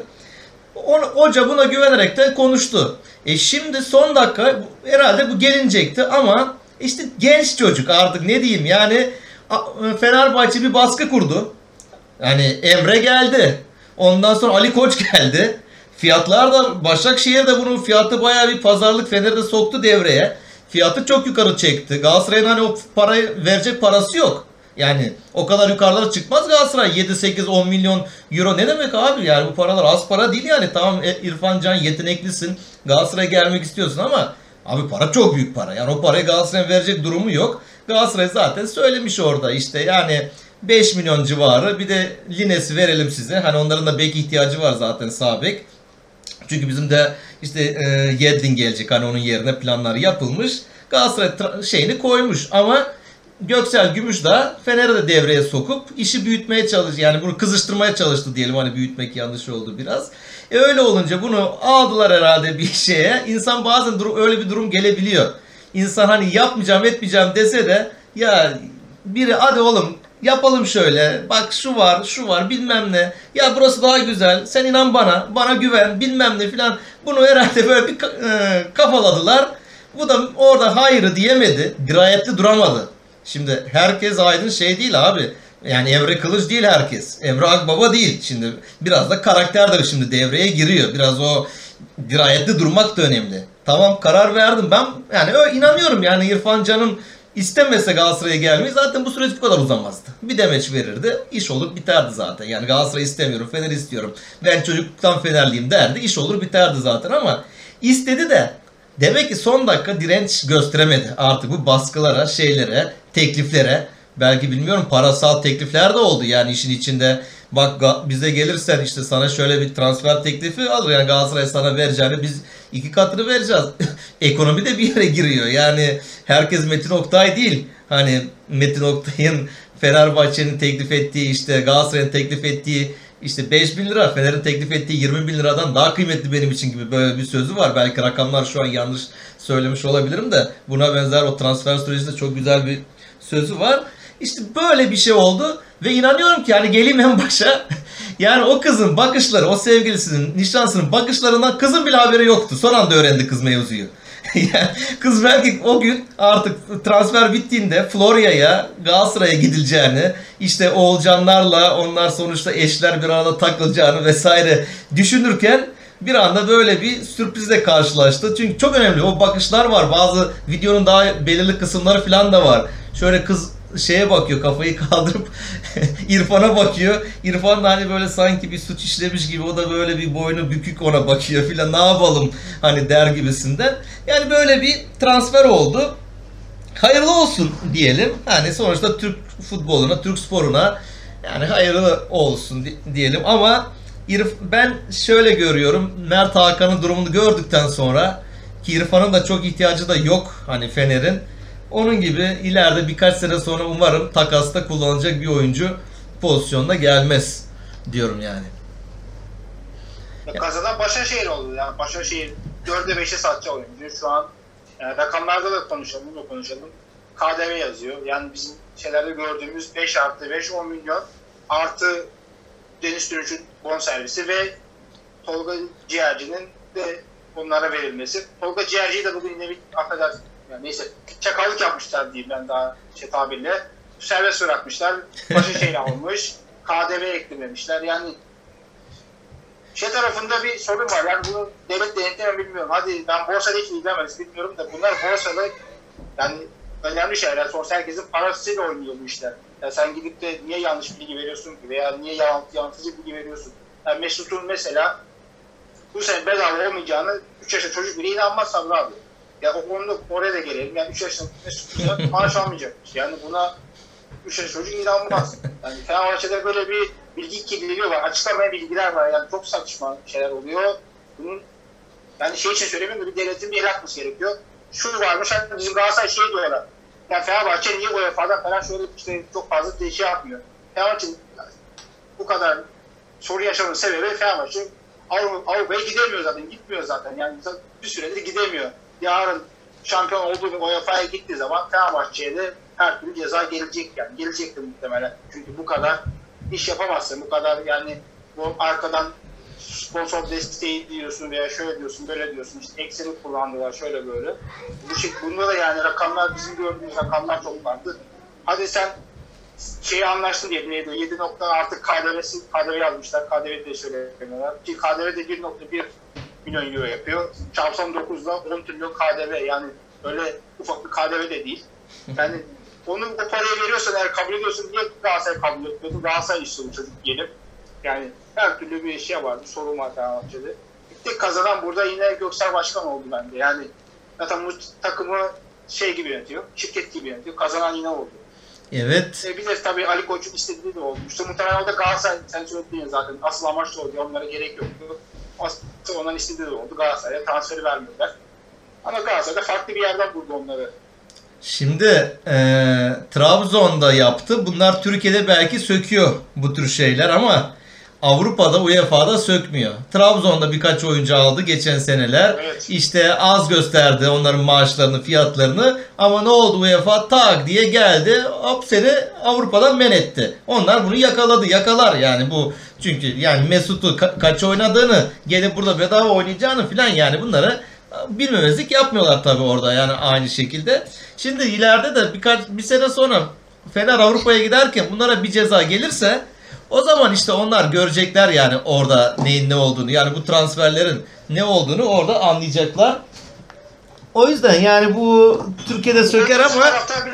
Hoca buna güvenerekten konuştu. Şimdi son dakika herhalde bu gelinecekti ama işte genç çocuk artık ne diyeyim yani, Fenerbahçe bir baskı kurdu. Yani Emre geldi. Ondan sonra Ali Koç geldi. Fiyatlar da, Başakşehir de bunun fiyatı bayağı bir pazarlık, Fener'de soktu devreye. Fiyatı çok yukarı çekti. Galatasaray'ın hani o parayı verecek parası yok. Yani o kadar yukarılara çıkmaz Galatasaray. 7, 8, 10 milyon euro ne demek abi? Yani bu paralar az para değil yani. Tamam İrfan Can yeteneklisin. Galatasaray'a gelmek istiyorsun ama abi para çok büyük para. Yani o parayı Galatasaray'ın verecek durumu yok. Galatasaray zaten söylemiş orada işte yani 5 milyon civarı, bir de Lines'i verelim size. Hani onların da bek ihtiyacı var zaten, sağ bek. Çünkü bizim de işte Yedlin gelecek, hani onun yerine planlar yapılmış. Galatasaray şeyini koymuş ama Göksel Gümüşdağ Fener'i de devreye sokup işi büyütmeye çalıştı. Yani bunu kızıştırmaya çalıştı diyelim, hani büyütmek yanlış oldu biraz. Öyle olunca bunu aldılar herhalde bir şeye. İnsan bazen öyle bir durum gelebiliyor. İnsan hani yapmayacağım etmeyeceğim dese de ya biri hadi oğlum yapalım şöyle, bak şu var şu var bilmem ne, ya burası daha güzel, sen inan bana güven bilmem ne filan, bunu herhalde böyle bir kafaladılar. Bu da orada hayır diyemedi, dirayetli duramadı. Şimdi herkes Aydın şey değil abi. Yani Emre Kılıç değil herkes. Emre Akbaba değil. Şimdi biraz da karakter de şimdi devreye giriyor. Biraz o dirayetli durmak da önemli. Tamam karar verdim. Ben yani inanıyorum yani İrfan Can'ın istemese Galatasaray'a gelmeyi zaten bu süreç bu kadar uzamazdı. Bir demeç verirdi. İş olur biterdi zaten. Yani Galatasaray istemiyorum, Fener istiyorum. Ben çocukluktan Fenerliyim derdi. İş olur biterdi zaten ama istedi de demek ki son dakika direnç gösteremedi. Artık bu baskılara, şeylere, tekliflere, belki bilmiyorum parasal teklifler de oldu. Yani işin içinde bak bize gelirsen işte sana şöyle bir transfer teklifi alır. Yani Galatasaray sana vereceğini biz 2 katını vereceğiz. Ekonomi de bir yere giriyor. Yani herkes Metin Oktay değil. Hani Metin Oktay'ın Fenerbahçe'nin teklif ettiği, işte Galatasaray'ın teklif ettiği işte 5 bin lira, Fener'in teklif ettiği 20 bin liradan daha kıymetli benim için gibi böyle bir sözü var. Belki rakamlar şu an yanlış söylemiş olabilirim de buna benzer o transfer sürecinde çok güzel bir sözü var. İşte böyle bir şey oldu ve inanıyorum ki yani geleyim en başa. Yani o kızın bakışları, o sevgilisinin, nişanlısının bakışlarından kızın bile haberi yoktu. Son anda öğrendi kız mevzuyu. Yani kız belki o gün artık transfer bittiğinde Florya'ya, Galatasaray'a gidileceğini, işte Oğulcanlarla onlar sonuçta eşler bir arada takılacağını vesaire düşünürken bir anda böyle bir sürprizle karşılaştı. Çünkü çok önemli o bakışlar var. Bazı videonun daha belirli kısımları falan da var. Şöyle kız şeye bakıyor, kafayı kaldırıp İrfan'a bakıyor. İrfan da hani böyle sanki bir suç işlemiş gibi, o da böyle bir boynu bükük ona bakıyor filan, ne yapalım hani der gibisinden. Yani böyle bir transfer oldu. Hayırlı olsun diyelim. Hani sonuçta Türk futboluna, Türk sporuna yani hayırlı olsun diyelim ama ben şöyle görüyorum. Mert Hakan'ın durumunu gördükten sonra, ki İrfan'ın da çok ihtiyacı da yok hani Fener'in. Onun gibi ileride birkaç sene sonra umarım takasta kullanılacak bir oyuncu pozisyonuna gelmez diyorum yani. Kazanan Başakşehir oldu. Yani Başakşehir 4'e 5'e satacak oyuncu. Şu an yani rakamlarda da konuşalım. KDV yazıyor. Yani bizim şeylerde gördüğümüz 5 artı 5 10 milyon artı Deniz Türüç'ün bonservisi ve Tolga Ciğerci'nin de bunlara verilmesi. Tolga Ciğerci'yi de bugün yine bir affedersin. Yani neyse çakallık yapmışlar diyeyim ben daha tabirle. Serbest bırakmışlar. Başakşehir almış. KDV eklememişler. Yani tarafında bir sorun var. Yani bunu devlet denetleme bilmiyorum. Hadi ben borsada hiç ilgilenmez bilmiyorum da bunlar borsada yani önemli şeyler. Sonuçta herkesin parasıyla oynuyor bu işler. Ya sen gidip de niye yanlış bilgi veriyorsun ki veya niye yanıltıcı bilgi veriyorsun? Yani Mesut'un mesela bu sene bedava olmayacağını 3 yaşında çocuk bile inanmaz Sabri abi. Ya onu oraya da gelelim. Yani 3 yaşında Mesut'un maaş almayacakmış. Yani buna 3 yaşında çocuk inanmaz. Yani Fenerbahçe'de böyle bir bilgi kirliliği var. Açıklamayan bilgiler var. Yani çok saçma şeyler oluyor. Bunun yani için söylemiyorum da bir devletin bir el atması gerekiyor. Şu varmış hani bizim Galatasaray diyorlar. Yani Fenerbahçe niye UEFA'dan falan şöyle işte çok fazla şey yapmıyor. Fenerbahçe bu kadar soru yaşamının sebebi Fenerbahçe Avrupa'ya gidemiyor zaten. Gitmiyor zaten. Yani bir süredir gidemiyor. Yarın şampiyon olduğu bir UEFA'ya gittiği zaman Fenerbahçe'ye de her türlü ceza gelecek yani. Gelecektir muhtemelen. Çünkü bu kadar iş yapamazsın. Bu kadar yani bu arkadan sponsor desteği diyorsun veya şöyle diyorsun, böyle diyorsun. İşte Excel'i kullandılar şöyle böyle. Bunda da yani rakamlar bizim gördüğümüz rakamlar çok farklı. Hadi sen anlaştın diyelim. 7 nokta artık KDV yazmışlar. KDV de söylemiyorlar. Ki KDV de 1.1 milyon euro yapıyor. Çarpsam 9'da 10 trilyon KDV. Yani öyle ufak bir KDV de değil. Yani onun o parayı veriyorsan eğer kabul ediyorsun niye Galatasaray kabul etmiyordu? Galatasaray istiyor bu çocuk diyelim. Yani her türlü bir şey vardı. Sorun var Fenerbahçe'de. Tek kazanan burada yine Göksel Başkan oldu bence. Yani zaten bu takımı gibi yönetiyor. Şirket gibi yönetiyor. Kazanan yine oldu. Evet. Bir de tabii Ali Koç'un istediği de olmuştu. Muhtemelen o da Galatasaray, sen söylediğin zaten asıl amaç da oldu. Onlara gerek yoktu. Aslında onların istediği de oldu. Galatasaray'a transferi vermiyorlar. Ama Galatasaray'da farklı bir yerden buldu onları. Şimdi Trabzon'da yaptı. Bunlar Türkiye'de belki söküyor bu tür şeyler ama Avrupa'da UEFA'da sökmüyor. Trabzon'da birkaç oyuncu aldı geçen seneler. Evet. İşte az gösterdi onların maaşlarını, fiyatlarını. Ama ne oldu, UEFA tak diye geldi. Hop seni Avrupa'dan men etti. Onlar bunu yakalar yani bu. Çünkü yani Mesut'u kaç oynadığını, gelip burada bedava oynayacağını filan yani bunları bilmemezlik yapmıyorlar tabii orada yani aynı şekilde. Şimdi ileride de bir sene sonra Fener Avrupa'ya giderken bunlara bir ceza gelirse o zaman işte onlar görecekler yani orada neyin ne olduğunu, yani bu transferlerin ne olduğunu orada anlayacaklar. O yüzden yani bu Türkiye'de söker ama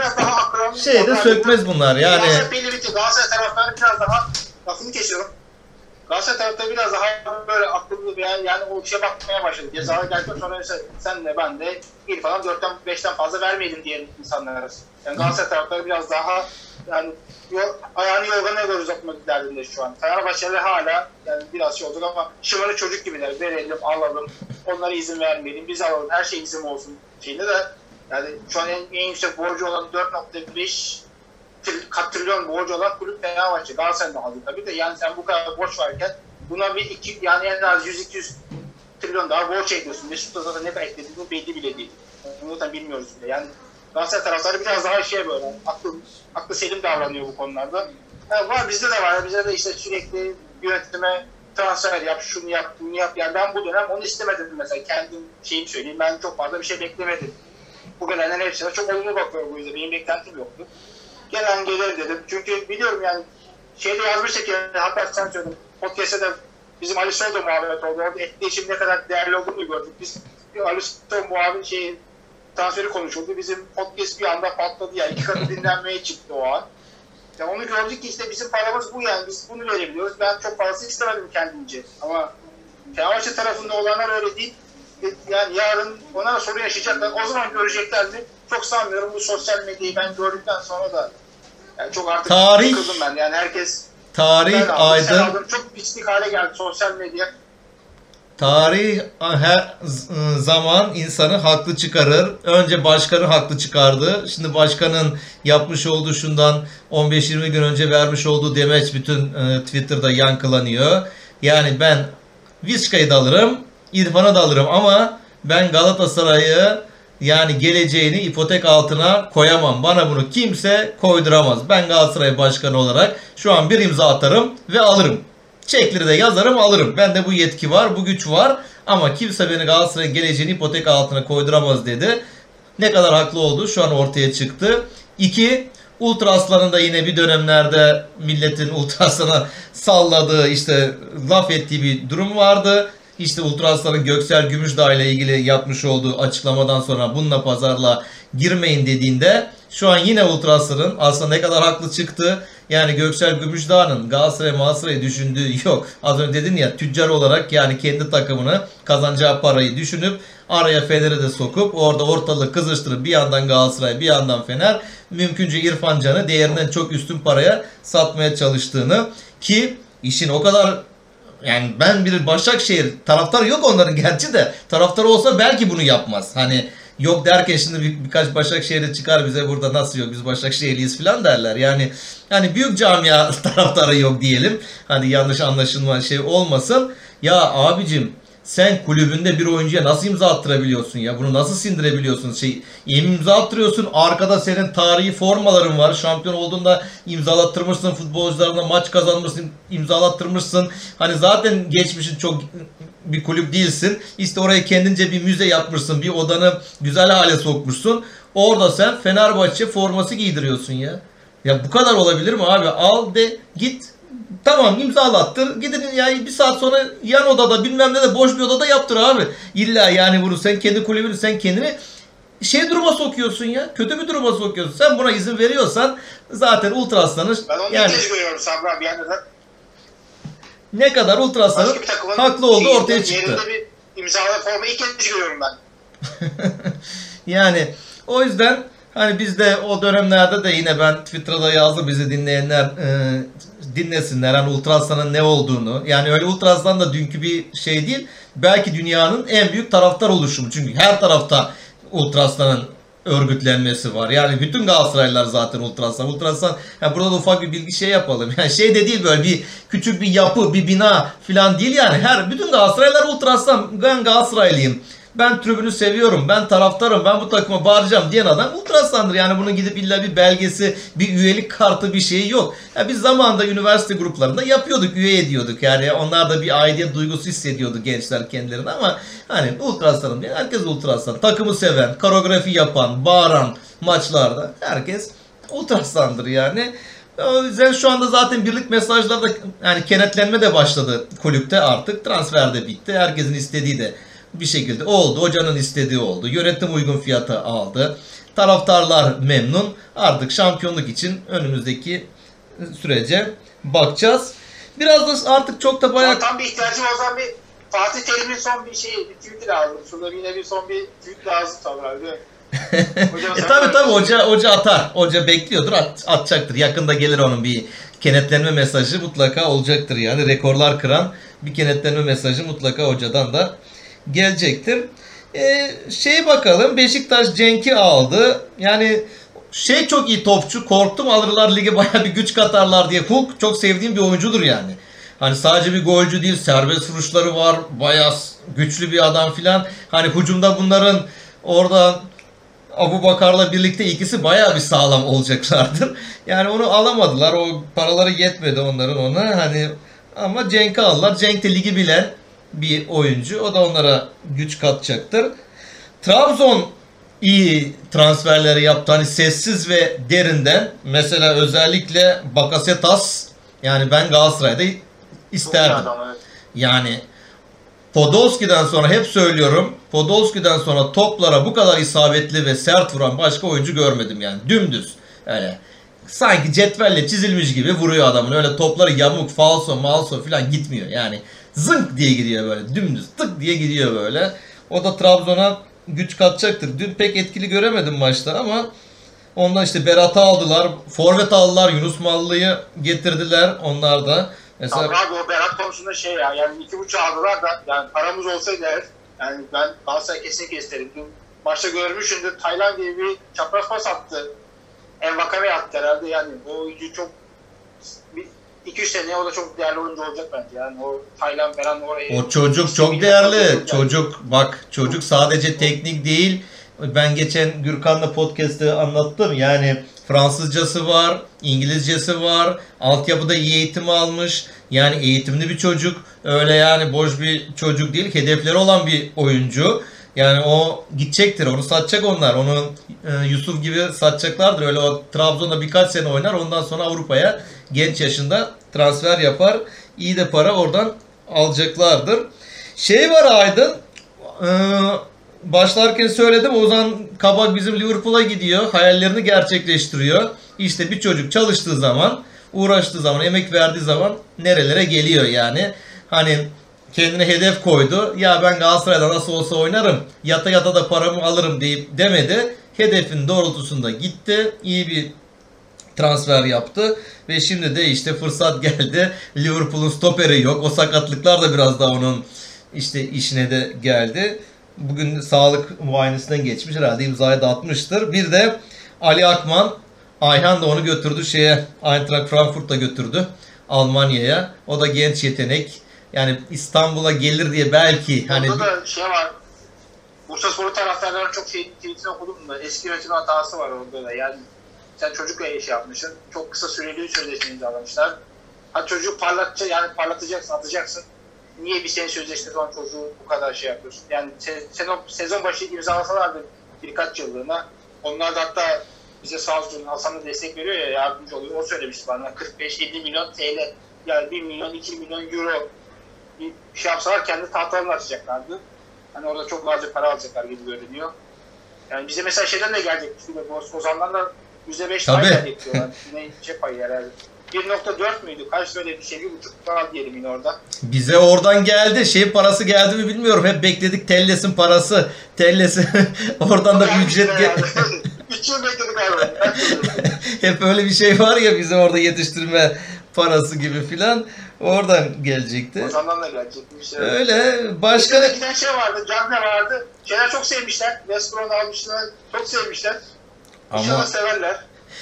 şeyde sökmez bunlar yani. Galatasaray taraftarı biraz daha lafını kesiyorum. Galatasaray taraftarı biraz daha böyle akıllı veya yani o işe bakmaya başladı. Cezalar geldikten sonra sen de ben de İrfan'a 4'ten 5'ten fazla vermeyelim diye insanlar. Yani Galatasaray taraftarı biraz daha yani ayağını yorganına göre uzatmak derdinde şu an. Fenerbahçe'de hala yani biraz şey olacak ama şımarı çocuk gibiler. Verelim, alalım, onlara izin vermeyelim, biz alalım, her şey izin olsun şeyinde de yani şu an en yüksek borcu olan 4.5 trilyon borcu olan kulüp Fenerbahçe. Galatasaray'da aldı tabii de yani sen bu kadar borç varken buna yani en az 100-200 trilyon daha borç ekliyorsun. Mesut'ta zaten ne eklediğini belli bile değil. Bunu zaten bilmiyoruz bile. Yani Galatasaray taraftarı biraz daha böyle aklı selim davranıyor bu konularda. Yani var bizde de var. Bizde de işte sürekli yönetime transfer yap, şunu yap, bunu yap. Yani ben bu dönem onu istemedim mesela. Kendim şeyimi söyleyeyim. Ben çok fazla bir şey beklemedim. Bu gelenlerin hepsine çok olumlu bakıyorum bu yüzden. Benim beklentim yoktu. Gelen gelir dedim. Çünkü biliyorum yani şeyde yazmıştık ya, hatta sen söyledin. Podcast'te de bizim Ali Soy'da muhabbet oldu. Orada etkileşim ne kadar değerli olduğunu gördük. Biz bir Ali Soy muhabbet transferi konuşuldu. Bizim podcast bir anda patladı yani. 2 katı dinlenmeye çıktı o an. Yani onu gördük ki işte bizim paramız bu yani. Biz bunu verebiliyoruz. Ben çok fazla istemedim kendimce. Ama Fenerbahçe tarafında olanlar öyle değil. Yani yarın ona sorun yaşayacaklar. O zaman görecekler mi? Çok sanmıyorum. Bu sosyal medyayı ben gördükten sonra da yani çok artık yıkıldım ben. Yani herkes Aydın çok pislik hale geldi sosyal medya. Tarih her zaman insanı haklı çıkarır. Önce başkanı haklı çıkardı. Şimdi başkanın yapmış olduğu şundan 15-20 gün önce vermiş olduğu demeç bütün Twitter'da yankılanıyor. Yani ben Vizca'yı da alırım, İrfan'ı da alırım ama ben Galatasaray'ı yani geleceğini ipotek altına koyamam. Bana bunu kimse koyduramaz. Ben Galatasaray başkanı olarak şu an bir imza atarım ve alırım. Çekleri de yazarım alırım. Bende bu yetki var, bu güç var. Ama kimse beni Galatasaray'ın geleceğini ipotek altına koyduramaz dedi. Ne kadar haklı olduğu şu an ortaya çıktı. 2. Ultra Aslan'ın da yine bir dönemlerde milletin Ultra Aslan'a salladığı işte laf ettiği bir durum vardı. İşte Ultra Aslan'ın Göksel Gümüşdağ ile ilgili yapmış olduğu açıklamadan sonra bununla pazarla girmeyin dediğinde şu an yine Ultra Aslan'ın aslında ne kadar haklı çıktı. Yani Göksel Gümüşdağ'ın Galatasaray'ı düşündüğü yok. Az önce dedin ya tüccar olarak yani kendi takımını kazanacağı parayı düşünüp araya Fener'i de sokup orada ortalığı kızıştırıp bir yandan Galatasaray bir yandan Fener mümkünce İrfan Can'ı değerinden çok üstün paraya satmaya çalıştığını ki işin o kadar yani ben bir Başakşehir taraftarı yok onların gerçi de taraftarı olsa belki bunu yapmaz. Hani yok derken şimdi birkaç Başakşehir'de çıkar bize burada nasıl yok biz Başakşehirliyiz falan derler. Yani hani büyük camia taraftarı yok diyelim. Hani yanlış anlaşılma şey olmasın. Ya abicim sen kulübünde bir oyuncuya nasıl imza attırabiliyorsun ya? Bunu nasıl sindirebiliyorsun? İmza attırıyorsun. Arkada senin tarihi formaların var. Şampiyon olduğunda imzalattırmışsın. Futbolcularına maç kazanmışsın. İmzalattırmışsın. Hani zaten geçmişin çok bir kulüp değilsin. İşte oraya kendince bir müze yapmışsın. Bir odanı güzel hale sokmuşsun. Orada sen Fenerbahçe forması giydiriyorsun ya. Ya bu kadar olabilir mi abi? Al de git. Tamam imzalattır. Gidin yani bir saat sonra yan odada bilmem ne de boş bir odada yaptır abi. İlla yani bunu sen kendi kulübünü sen kendini duruma sokuyorsun ya. Kötü bir duruma sokuyorsun. Sen buna izin veriyorsan zaten Ultra Aslan'ın ben onu yani ilk kez görüyorum Sabri abi. Yani ne kadar Ultra Aslan'ın haklı olduğu ortaya çıktı. Yerinde bir imzalayan formu ilk kez görüyorum ben. Yani o yüzden hani biz de o dönemlerde de yine ben Twitter'da yazdım bizi dinleyenler dinlesinler hani Ultra Aslan'ın ne olduğunu. Yani öyle Ultra Aslan da dünkü bir şey değil. Belki dünyanın en büyük taraftar oluşumu. Çünkü her tarafta Ultra Aslan'ın örgütlenmesi var. Yani bütün Galatasaraylılar zaten Ultra Aslan. Ultra Aslan yani burada da ufak bir bilgi yapalım. Yani şey de değil böyle bir küçük bir yapı, bir bina falan değil yani. Bütün Galatasaraylılar Ultra Aslan. Ben Galatasaraylıyım. Ben tribünü seviyorum, ben taraftarım, ben bu takıma bağıracağım diyen adam Ultra Aslan'dır. Yani bunun gidip illa bir belgesi, bir üyelik kartı bir şeyi yok. Ya biz zamanında üniversite gruplarında yapıyorduk, üye ediyorduk. Yani onlar da bir aidiyet duygusu hissediyordu gençler kendilerine ama hani Ultra Aslan'ım diye herkes Ultra Aslan. Takımı seven, koreografi yapan, bağıran maçlarda herkes Ultra Aslan'dır yani. O yüzden şu anda zaten birlik mesajlarda yani kenetlenme de başladı kulüpte artık. Transfer de bitti. Herkesin istediği de bir şekilde oldu. Hocanın istediği oldu. Yönetim uygun fiyata aldı. Taraftarlar memnun. Artık şampiyonluk için önümüzdeki sürece bakacağız. Biraz da artık çok da bayağı... Tam bir ihtiyacım o zaman bir Fatih Terim'in son bir bir tweet lazım. Şurada yine bir son bir tweet lazım tabii değil mi? Tabii hoca atar. Hoca bekliyordur atacaktır. Yakında gelir onun bir kenetlenme mesajı mutlaka olacaktır yani. Rekorlar kıran bir kenetlenme mesajı mutlaka hocadan da gelecektir. Bakalım Beşiktaş Cenk'i aldı. Yani çok iyi topçu. Korktum alırlar lige baya bir güç katarlar diye. Hulk çok sevdiğim bir oyuncudur yani. Hani sadece bir golcü değil serbest vuruşları var. Bayağı güçlü bir adam filan. Hani hücumda bunların orada Abubakar'la birlikte ikisi bayağı bir sağlam olacaklardır. Yani onu alamadılar. O paraları yetmedi onların ona. Hani Ama Cenk'i aldılar. Cenk de ligi bilen bir oyuncu. O da onlara güç katacaktır. Trabzon iyi transferleri yaptı. Hani sessiz ve derinden. Mesela özellikle Bakasetas, yani ben Galatasaray'da isterdim. Adam, evet. Yani Podolski'den sonra hep söylüyorum. Podolski'den sonra toplara bu kadar isabetli ve sert vuran başka oyuncu görmedim yani. Dümdüz. Öyle sanki cetvelle çizilmiş gibi vuruyor adamın. Öyle topları yamuk, falso, malso falan gitmiyor. Yani zınk diye gidiyor böyle. Dümdüz tık diye gidiyor böyle. O da Trabzon'a güç katacaktır. Dün pek etkili göremedim maçta ama ondan işte Berat'ı aldılar. Forvet aldılar. Yunus Mallı'yı getirdiler. Onlar da. Mesela... Tabii abi o Berat konusunda şey ya, yani 2,5 aldılar da yani paramız olsaydı eğer, yani ben Galatasaray kesinlikle isterim. Dün maçta görmüşsündür, Taylan gibi bir çapraz pas attı. Envakame'ye attı herhalde, yani o oyuncu çok 2-3 seneye o da çok değerli oyuncu olacak bence. Yani o Taylan falan orayı... O çocuk çok değerli. Çocuk bak, çocuk sadece teknik değil. Ben geçen Gürkan'la podcast'te anlattım. Yani Fransızcası var, İngilizcesi var. Altyapıda iyi eğitim almış. Yani eğitimli bir çocuk. Öyle yani boş bir çocuk değil. Hedefleri olan bir oyuncu. Yani o gidecektir. Onu satacak onlar. Onu Yusuf gibi satacaklardır. Öyle o Trabzon'da birkaç sene oynar. Ondan sonra Avrupa'ya genç yaşında transfer yapar. İyi de para oradan alacaklardır. Şey var Aydın. Başlarken söyledim. Ozan Kabak bizim Liverpool'a gidiyor. Hayallerini gerçekleştiriyor. İşte bir çocuk çalıştığı zaman, uğraştığı zaman, emek verdiği zaman nerelere geliyor yani. Hani kendine hedef koydu. Ya ben Galatasaray'da nasıl olsa oynarım. Yata yata da paramı alırım deyip demedi. Hedefin doğrultusunda gitti. İyi bir transfer yaptı. Ve şimdi de işte fırsat geldi. Liverpool'un stoperi yok. O sakatlıklar da biraz daha onun işte işine de geldi. Bugün sağlık muayenesinden geçmiş. Herhalde imzayı da atmıştır. Bir de Ali Akman. Ayhan da onu götürdü şeye. Eintracht Frankfurt'ta götürdü. Almanya'ya. O da genç yetenek. Yani İstanbul'a gelir diye belki hani... Orada da şey var. Bursaspor taraftarların çok tweetini okudum da eski yönetim hatası var orada da. Yani sen çocukla iş yapmışsın. Çok kısa süreli bir sözleşme imzalamışlar. Ha çocuğu parlatacaksın, atacaksın. Niye bir sene sözleşmesi olan çocuğu bu kadar şey yapıyorsun? Yani sezon başı imzalasalardı birkaç yıllığına. Onlar da hatta bize sağ olsun Hasan da destek veriyor ya, yardımcı oluyor. O söylemişti bana 45-50 milyon TL, yani 1 milyon 2 milyon euro bir şey yapsalar kendi tahtalarını açacaklardı. Hani orada çok fazla para alacaklar gibi görünüyor. Yani bize mesela şeyden de gelecek. Ozan'dan da %5 pay gelecek diyorlar. Yine cep payı herhalde. 1.4 müydü? Kaç böyle bir şey? 1.5 daha diyelim yine orada. Bize oradan geldi. Şey parası geldi mi bilmiyorum. Hep bekledik Telles'in parası. Telles'in oradan da bir ücret geldi. 3 yıl bekledik abi. Hep öyle bir şey var ya bize orada yetiştirme parası gibi filan. Oradan gelecekti. Ozan'dan da gelecek bir şey. Öyle. Başka bir giden şey vardı. Cagne vardı. Şeyler çok sevmişler. West Brom'u almışlar. Çok sevmişler. İnşallah severler.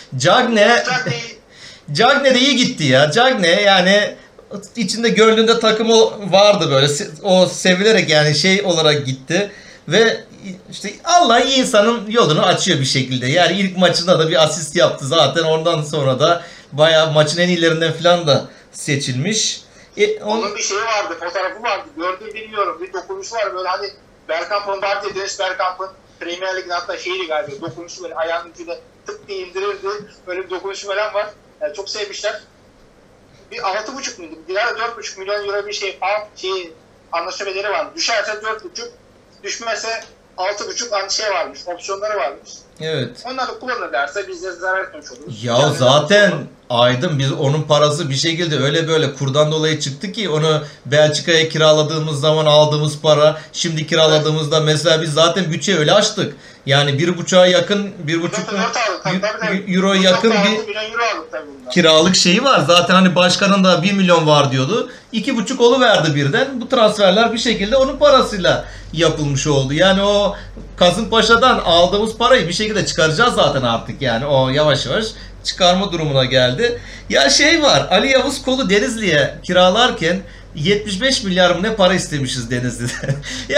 Cagne de iyi gitti ya. Cagne yani içinde gönlünde takımı vardı böyle. O sevilerek yani şey olarak gitti. Ve işte Allah iyi insanın yolunu açıyor bir şekilde. Yani ilk maçında da bir asist yaptı zaten. Ondan sonra da bayağı maçın en iyilerinden falan da seçilmiş. Onun bir şeyi vardı, fotoğrafı vardı. Gördüğüm bilmiyorum. Bir dokunuşu var böyle hani Bergkamp'ın vardı, Dennis Bergkamp'ın Premier Lig'in hatta şeydi galiba. Dokunuşu böyle ayağının ucuyla tık diye indirirdi. Böyle bir dokunuşu falan var. Yani çok sevmişler. Bir 6,5 muydu? Bir 4,5 milyon euro bir şey anlaşma bedeli var. Düşerse 4,5, düşmezse 6,5 şey varmış, opsiyonları varmış. Evet. Onlar da kullanırlarsa biz de zarar etmiş oluruz. Ya yani zaten Aydın biz onun parası bir şekilde öyle böyle kurdan dolayı çıktı ki onu Belçika'ya kiraladığımız zaman aldığımız para, şimdi kiraladığımızda mesela biz zaten bütçeyi öyle açtık. Yani 1,5'a yakın 1,5 euro yakın bir kiralık şeyi var. Zaten hani başkanın da 1 milyon var diyordu. 2,5 oluverdi birden. Bu transferler bir şekilde onun parasıyla yapılmış oldu. Yani o Kasımpaşa'dan aldığımız parayı bir şekilde çıkaracağız zaten artık. Yani o yavaş yavaş çıkarma durumuna geldi. Ya şey var, Ali Yavuz Kol'u Denizli'ye kiralarken 75 milyar mı ne para istemişiz Denizli'de.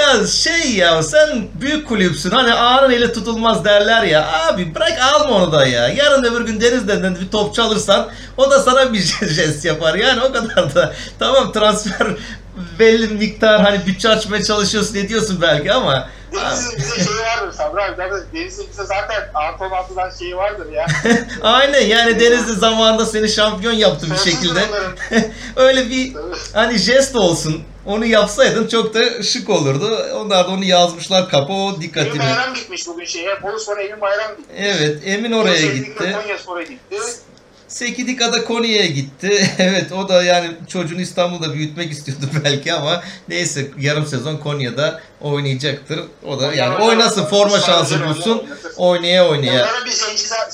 Ya sen büyük kulüpsün, hani ağanın eli tutulmaz derler ya. Abi bırak, alma onu da ya. Yarın öbür gün Denizli'den bir topçu alırsan o da sana bir jest yapar. Yani o kadar da tamam, transfer belli miktar hani bütçe açmaya çalışıyorsun, ediyorsun belki ama Deniz'in bize şeyi vardır Sabri abi. Deniz'in bize zaten artı 16'dan şeyi vardır ya. aynen, yani Denizli zamanında seni şampiyon yaptı bir şekilde. Öyle bir hani jest olsun. Onu yapsaydın çok da şık olurdu. Onlar da onu yazmışlar kapı, o dikkatimi. Emin Bayram gitmiş bugün şeye. Boluspor'a Emin Bayram gitmiş. Evet, Emin oraya gitti. Konyaspor'a gitti. Sekidika'da Konya'ya gitti. Evet, o da yani çocuğunu İstanbul'da büyütmek istiyordu belki ama neyse, yarım sezon Konya'da oynayacaktır. O da yani oynasın, forma şansı bulsun, oynaya. Onlara bir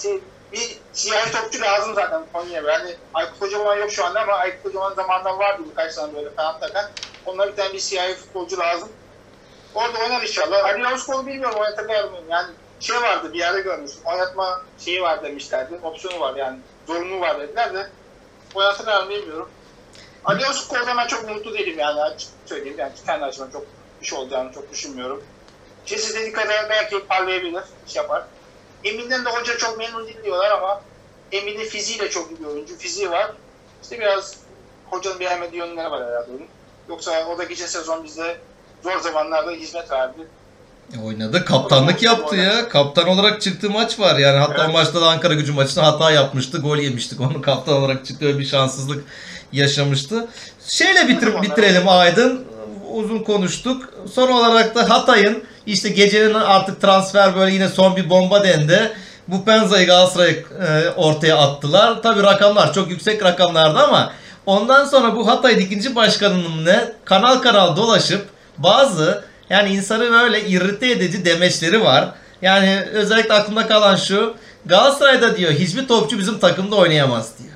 bir siyahi topçu lazım zaten Konya'ya. Yani Aykut Kocaman yok şu anda ama Aykut Kocaman zamanında vardı birkaç tane böyle kanat takan. Onlara bir tane bir siyahi futbolcu lazım. Orada oynar inşallah. Ali Yavuzkol'u bilmiyorum, oynatabilir miyim? Yani şey vardı, bir yerde görmüştüm. Oynatma şeyi var demişlerdi. Opsiyonu var yani. Zorunlu var dediler de. Oynatırlar mı bilmiyorum. Ali Yavuzkol'dan ben çok mutlu değilim yani. Açık söyleyeyim. Yani kendi açımdan çok bir şey olacağını çok düşünmüyorum. Jesse dediği kadar belki parlayabilir, iş yapar. Emin'den de hoca çok memnun değil diyorlar ama Emin'in fiziğiyle çok iyi bir oyuncu. Fiziği var. İşte biraz hocanın beğenmediği yönleri var herhalde onun. Yoksa o da geçen sezon bizde zor zamanlarda hizmet verdi. Oynadı, kaptanlık yaptı ya. Kaptan olarak çıktığı maç var yani. Hatta evet, o maçta da Ankara Gücü maçında hata yapmıştı. Gol yemiştik. Onu kaptan olarak çıktı. Öyle bir şanssızlık yaşamıştı. Şeyle bitirelim Aydın. Uzun konuştuk. Son olarak da Hatay'ın işte gecenin artık transfer böyle yine son bir bomba dendi. Bu Penza'yı Galatasaray'a ortaya attılar. Tabii rakamlar çok yüksek rakamlardı ama ondan sonra bu Hatay'ın ikinci başkanının ne kanal dolaşıp bazı yani insanı böyle irrite edici demeçleri var. Yani özellikle aklımda kalan şu: Galatasaray'da diyor hiçbir topçu bizim takımda oynayamaz diyor.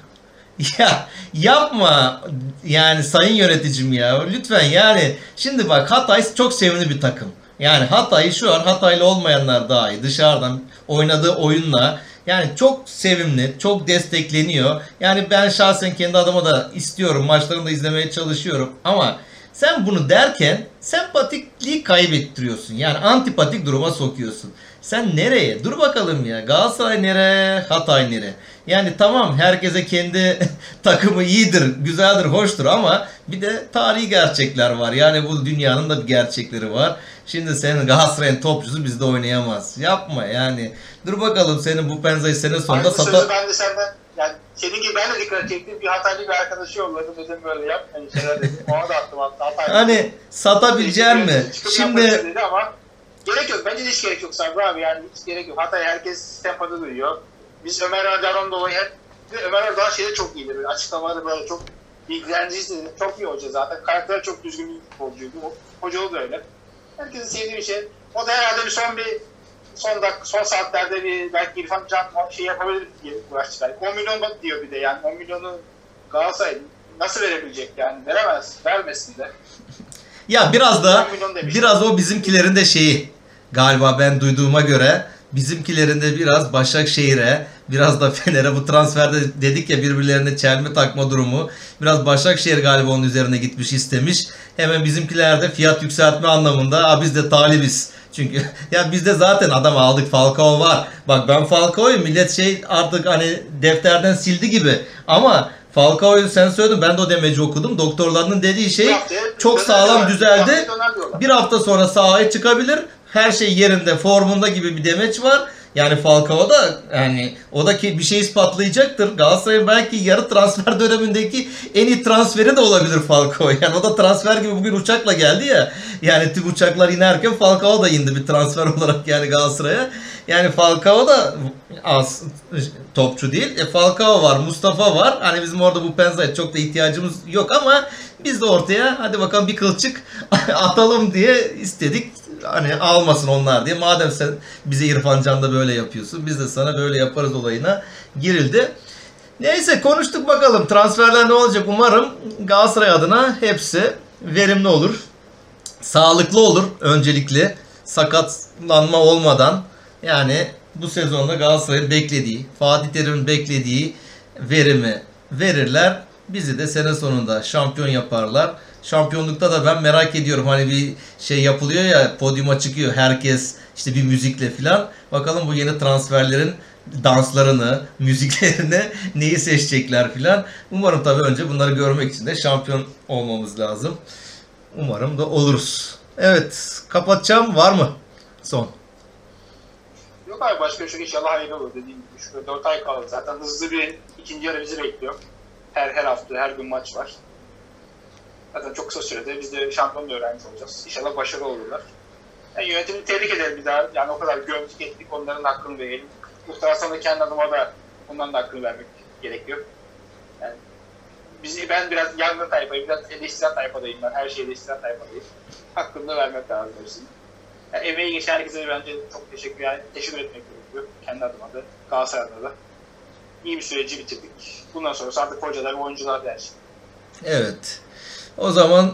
Ya yapma yani sayın yöneticim ya, lütfen yani. Şimdi bak, Hatay çok sevimli bir takım. Yani Hatay'ı şu an Hataylı olmayanlar daha iyi. Dışarıdan oynadığı oyunla yani çok sevimli, çok destekleniyor. Yani ben şahsen kendi adıma da istiyorum. Maçlarını da izlemeye çalışıyorum. Ama sen bunu derken sempatikliği kaybettiriyorsun. Yani antipatik duruma sokuyorsun. Sen nereye? Dur bakalım ya. Galatasaray nereye? Hatay nereye? Yani tamam, herkese kendi takımı iyidir, güzeldir, hoştur ama bir de tarihi gerçekler var. Yani bu dünyanın da bir gerçekleri var. Şimdi senin Galatasaray'ın topçusu bizde oynayamaz. Yapma yani. Dur bakalım, senin bu Penza'yı sene sonunda sata... Ben de senden, yani senin gibi ben de dikkat çektim. Bir Hataylı bir arkadaşı yolladım, dedim böyle yap. Yani şeyler dedim. Ona da attım Hataylı. Hani satabilecek mi? Şimdi... Ama gerek yok. Bence hiç gerek yok Sabri abi. Yani hiç gerek yok. Hatay herkes tempada duyuyor. Biz Ömer Erdoğan'dan dolayı hep Ömer Erdoğan şeyde çok iyidir. Böyle açıklamaları böyle çok bilgilendiriciydi. Çok iyi hoca zaten. Karakteri çok düzgün bir futbolcuydu. Hocalı da öyle. Herkesin sevdiği bir şey. O da herhalde son saatlerde bir belki İrfan Can şey yapabilir diye uğraştı. 10 milyon diyor bir de yani. 10 milyonu Galatasaray nasıl verebilecek yani? Veremez. Vermesin de. Ya biraz o bizimkilerin de şeyi galiba, ben duyduğuma göre bizimkilerin de biraz Başakşehir'e, biraz da Fener'e bu transferde dedik ya, birbirlerine çelme takma durumu. Biraz Başakşehir galiba onun üzerine gitmiş, istemiş. Hemen bizimkiler de fiyat yükseltme anlamında biz de talibiz. Çünkü ya bizde zaten adam aldık, Falcao var. Bak ben Falcao'yu millet artık hani defterden sildi gibi. Ama Falcao'yu sen söyledin, ben de o demeci okudum. Doktorlarının dediği şey çok sağlam düzeldi. Bir hafta sonra sahaya çıkabilir. Her şey yerinde, formunda gibi bir demeç var. Yani Falcao da yani o da ki bir şey ispatlayacaktır. Galatasaray'ın belki yarı transfer dönemindeki en iyi transferi de olabilir Falcao. Yani o da transfer gibi bugün uçakla geldi ya. Yani tüm uçaklar inerken Falcao da indi bir transfer olarak yani Galatasaray'a. Yani Falcao da az topçu değil. Falcao var, Mustafa var. Hani bizim orada bu Penza'ya çok da ihtiyacımız yok ama biz de ortaya hadi bakalım bir kılçık atalım diye istedik. Hani almasın onlar diye. Madem sen bize İrfan Can'da böyle yapıyorsun, biz de sana böyle yaparız olayına girildi. Neyse, konuştuk bakalım. Transferler ne olacak? Umarım Galatasaray adına hepsi verimli olur. Sağlıklı olur öncelikle. Sakatlanma olmadan. Yani bu sezonda Galatasaray'ın beklediği, Fatih Terim'in beklediği verimi verirler. Bizi de sene sonunda şampiyon yaparlar. Şampiyonlukta da ben merak ediyorum. Hani bir şey yapılıyor ya, podyuma çıkıyor herkes işte bir müzikle filan. Bakalım bu yeni transferlerin danslarını, müziklerini neyi seçecekler filan. Umarım tabii önce bunları görmek için de şampiyon olmamız lazım. Umarım da oluruz. Evet, kapatacağım. Var mı? Son. Yok abi, başka bir şey inşallah hayırlı olur dediğim gibi. Şurada 4 ay kaldı zaten. Hızlı bir ikinci yarı bizi bekliyor. Her hafta, her gün maç var. Zaten çok kısa sürede biz de şampiyonluğu öğrenmiş olacağız. İnşallah başarılı olurlar. Yani yönetimi tebrik ederim bir daha. Yani o kadar gömdük ettik, onların hakkını verelim. Muhtemelen da kendi adıma da onların da hakkını vermek gerekiyor. Yani ben biraz yangın tayfayım, biraz eleştiren tayfadayım ben. Her şeyi eleştiren tayfadayım. Hakkını da vermek lazım hepsini. Yani emeği geçen herkese bence çok teşekkür etmek gerekiyor. Kendi adıma da, Galatasaray adına da. İyi bir süreci bitirdik. Bundan sonra artık hocalar ve oyuncular der. Evet. O zaman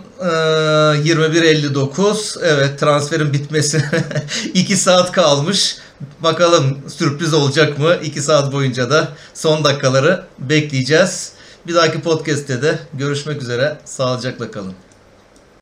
21.59. Evet, transferin bitmesi 2 saat kalmış. Bakalım sürpriz olacak mı? 2 saat boyunca da son dakikaları bekleyeceğiz. Bir dahaki podcast'te de görüşmek üzere. Sağlıcakla kalın.